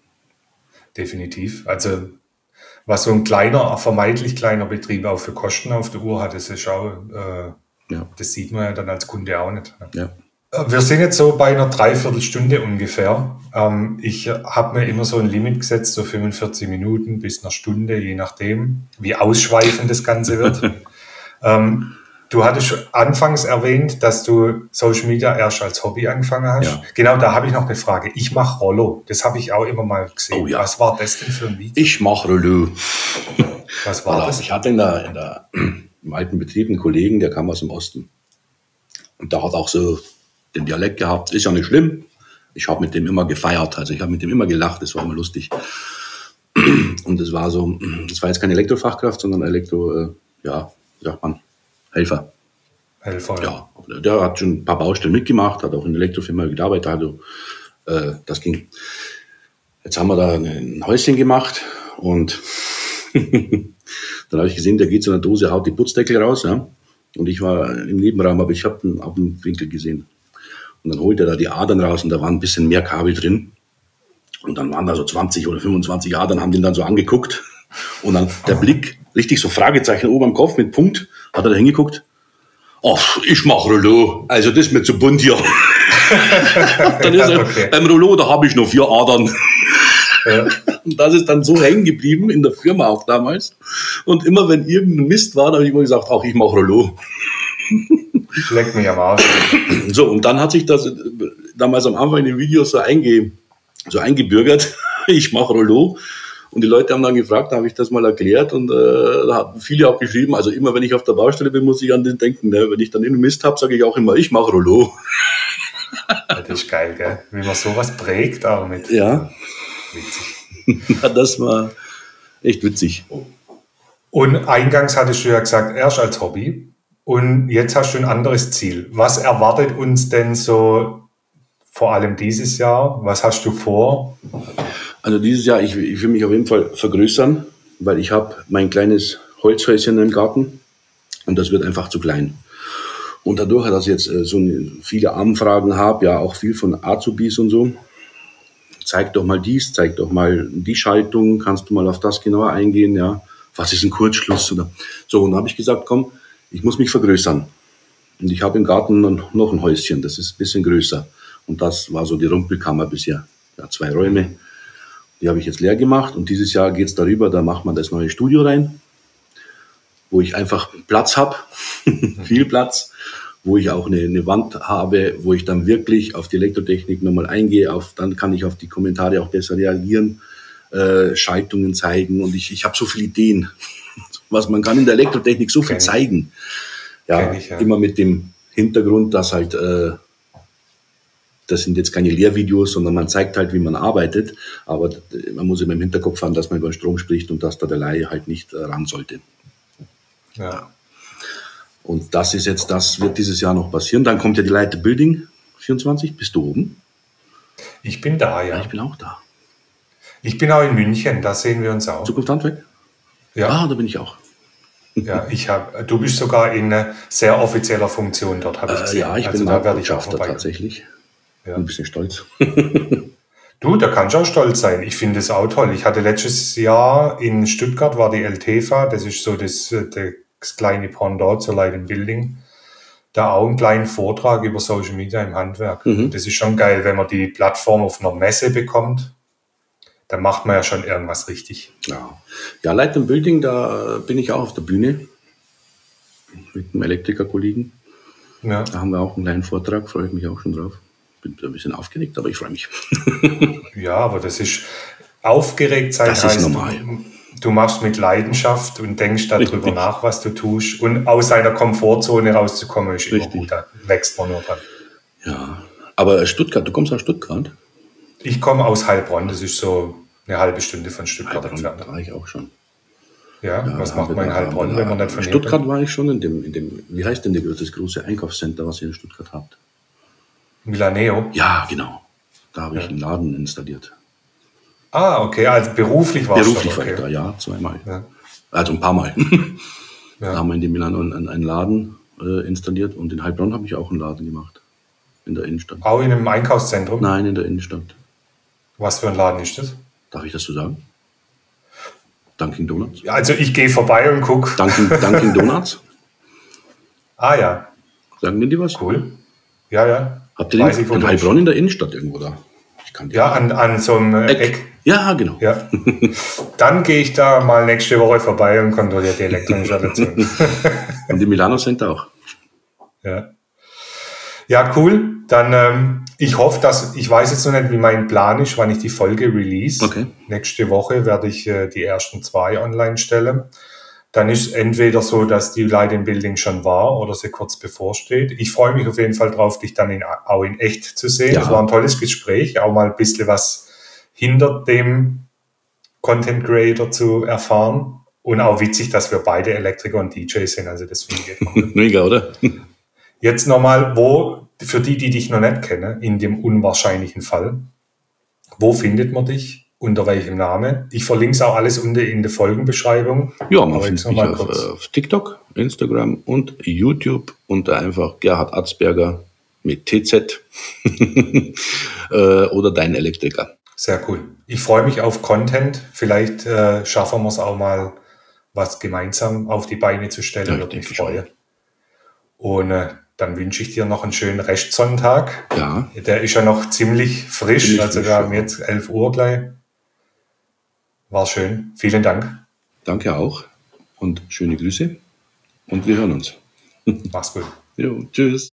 Definitiv. Also was so ein kleiner, vermeintlich kleiner Betrieb auch für Kosten auf der Uhr hat, das ist auch, äh, ja. das sieht man ja dann als Kunde auch nicht. Ne? Ja. Wir sind jetzt so bei einer Dreiviertelstunde ungefähr. Ähm, ich habe mir immer so ein Limit gesetzt, so fünfundvierzig Minuten bis eine Stunde, je nachdem, wie ausschweifend das Ganze wird. ähm, du hattest anfangs erwähnt, dass du Social Media erst als Hobby angefangen hast. Ja. Genau, da habe ich noch eine Frage. Ich mache Rollo. Das habe ich auch immer mal gesehen. Oh, ja. Was war das denn für ein Video? Ich mache Rollo. Was war das? Ich hatte in der, in der, im alten Betrieb einen Kollegen, der kam aus dem Osten. Und der hat auch so den Dialekt gehabt, ist ja nicht schlimm. Ich habe mit dem immer gefeiert, also ich habe mit dem immer gelacht, das war immer lustig. Und das war so, das war jetzt keine Elektrofachkraft, sondern Elektro, äh, ja, wie sagt man, Helfer. Helfer, ja. ja. Der hat schon ein paar Baustellen mitgemacht, hat auch in der Elektrofirma gearbeitet, also äh, das ging. Jetzt haben wir da ein Häuschen gemacht und dann habe ich gesehen, der geht zu einer Dose, haut die Putzdeckel raus, ja. Und ich war im Nebenraum, aber ich habe den Abendwinkel gesehen. Und dann holt er da die Adern raus und da waren ein bisschen mehr Kabel drin. Und dann waren da so zwanzig oder fünfundzwanzig Adern, haben den dann so angeguckt. Und dann der Blick, richtig so Fragezeichen oben am Kopf mit Punkt, hat er da hingeguckt. Ach, ich mach Rollo. Also das ist mir zu bunt hier. Dann ist er, okay. Beim Rollo, da habe ich noch vier Adern. Ja. Und das ist dann so hängen geblieben, in der Firma auch damals. Und immer wenn irgendein Mist war, da habe ich immer gesagt, ach, ich mach Rollo. Leck mich am Arsch. So, und dann hat sich das damals am Anfang in den Videos so, einge, so eingebürgert. Ich mache Rollo. Und die Leute haben dann gefragt, da habe ich das mal erklärt. Und äh, da haben viele auch geschrieben, also immer wenn ich auf der Baustelle bin, muss ich an den denken. Ne? Wenn ich dann irgendeinen Mist habe, sage ich auch immer, ich mache Rollo. Das ist geil, gell? Wie man sowas prägt, aber mit. Ja. Witzig. Das war echt witzig. Und eingangs hattest du ja gesagt, erst als Hobby. Und jetzt hast du ein anderes Ziel. Was erwartet uns denn so vor allem dieses Jahr? Was hast du vor? Also dieses Jahr, ich, ich will mich auf jeden Fall vergrößern, weil ich habe mein kleines Holzhäuschen im Garten und das wird einfach zu klein. Und dadurch, dass ich jetzt äh, so viele Anfragen habe, ja auch viel von Azubis und so, zeig doch mal dies, zeig doch mal die Schaltung, kannst du mal auf das genauer eingehen, ja, was ist ein Kurzschluss oder so. Und dann habe ich gesagt, komm, ich muss mich vergrößern. Und ich habe im Garten noch ein Häuschen, das ist ein bisschen größer. Und das war so die Rumpelkammer bisher. Ja, zwei Räume. Die habe ich jetzt leer gemacht und dieses Jahr geht es darüber, da macht man das neue Studio rein, wo ich einfach Platz habe, viel Platz, wo ich auch eine, eine Wand habe, wo ich dann wirklich auf die Elektrotechnik nochmal eingehe, auf, dann kann ich auf die Kommentare auch besser reagieren, äh, Schaltungen zeigen und ich, ich habe so viele Ideen, was man kann in der Elektrotechnik so viel Kenn ich. zeigen. Ja, Kenn ich, ja. immer mit dem Hintergrund, dass halt, äh, das sind jetzt keine Lehrvideos, sondern man zeigt halt, wie man arbeitet, aber man muss immer im Hinterkopf haben, dass man über den Strom spricht und dass da der Laie halt nicht äh, ran sollte. Ja. Und das ist jetzt, das wird dieses Jahr noch passieren. Dann kommt ja die Leiter Building vierundzwanzig. Bist du oben? Ich bin da, ja. Ja, ich bin auch da. Ich bin auch in München, da sehen wir uns auch. Zukunft Handwerk? Ja. Ah, da bin ich auch. Ja, ich hab, du bist sogar in äh, sehr offizieller Funktion dort, habe ich Äh, gesehen. ja, ich also bin da werde ich auch Hauptbotschafter vorbei. tatsächlich. Ja. Ein bisschen stolz. Du, da kannst du auch stolz sein. Ich finde es auch toll. Ich hatte letztes Jahr in Stuttgart war die L T F A, das ist so das, das kleine Pendant zur Light and Building, da auch einen kleinen Vortrag über Social Media im Handwerk. Mhm. Das ist schon geil, wenn man die Plattform auf einer Messe bekommt, dann macht man ja schon irgendwas richtig. Ja, ja, Light and Building, da bin ich auch auf der Bühne mit einem Elektrikerkollegen. Ja. Da haben wir auch einen kleinen Vortrag, freue ich mich auch schon drauf. Bin ein bisschen aufgeregt, aber ich freue mich. Ja, aber das ist aufgeregt sein. Das ist heißt, normal. Du, du machst mit Leidenschaft und denkst darüber Richtig. nach, was du tust. Und aus seiner Komfortzone rauszukommen, ist immer Richtig. gut. Da wächst man nur dran. Ja, aber Stuttgart, du kommst aus Stuttgart? Ich komme aus Heilbronn, das ist so eine halbe Stunde von Stuttgart Heilbronn, entfernt. da war ich auch schon. Ja, Ja, was da macht haben man in wir da- Heilbronn, haben wir wenn da- man nicht von In hier Stuttgart kommt? war ich schon in dem, in dem, wie heißt denn das große Einkaufscenter, was ihr in Stuttgart habt? Milaneo? Ja, genau. Da habe ich Ja. einen Laden installiert. Ah, okay, also beruflich warst Beruflich du war ich okay. da, ja, zweimal. Ja. Also ein paar Mal. Ja. Da haben wir in dem Milano einen, einen Laden äh, installiert und in Heilbronn habe ich auch einen Laden gemacht. In der Innenstadt. Auch in einem Einkaufszentrum? Nein, in der Innenstadt. Was für ein Laden ist das? Darf ich das so sagen? Dunkin' Donuts. Also ich gehe vorbei und gucke. Dunkin', Dunkin' Donuts? Ah ja, Sagen denn die was? cool. Ja, ja. Habt ihr Weiß den ich, wo in du Heilbronn in der Innenstadt irgendwo da? Ich kann die Ja, an, an so einem Eck. Eck. Ja, genau. Ja. Dann gehe ich da mal nächste Woche vorbei und kontrolliere die Elektroinstallation. Und im Milano Center auch. Ja. Ja, cool. Dann, ähm, ich hoffe, dass, ich weiß jetzt noch nicht, wie mein Plan ist, wann ich die Folge release. Okay. Nächste Woche werde ich äh, die ersten zwei online stellen. Dann ist entweder so, dass die Light and Building schon war oder sie kurz bevorsteht. Ich freue mich auf jeden Fall drauf, dich dann in, auch in echt zu sehen. Ja. Es war ein tolles Gespräch, auch mal ein bisschen was hinter dem Content Creator zu erfahren. Und auch witzig, dass wir beide Elektriker und D Js sind. Also das finde ich jetzt Mega, oder? Jetzt nochmal, wo, für die, die dich noch nicht kennen, in dem unwahrscheinlichen Fall, wo findet man dich? Unter welchem Namen? Ich verlinke es auch alles unten in der Folgenbeschreibung. Ja, man Aber findet jetzt noch mich mal auf, kurz. äh, auf TikTok, Instagram und YouTube unter einfach Gerhard Atzberger mit T Z äh, oder dein Elektriker. Sehr cool. Ich freue mich auf Content. Vielleicht äh, schaffen wir es auch mal, was gemeinsam auf die Beine zu stellen. Ja, ich Würde mich denke schon. freuen. Und äh, dann wünsche ich dir noch einen schönen Restsonntag. Ja, Der ist ja noch ziemlich frisch. Ziemlich also frisch, wir haben ja. jetzt elf Uhr gleich. War schön. Vielen Dank. danke auch und schöne Grüße und wir hören uns. Mach's gut. Jo, tschüss.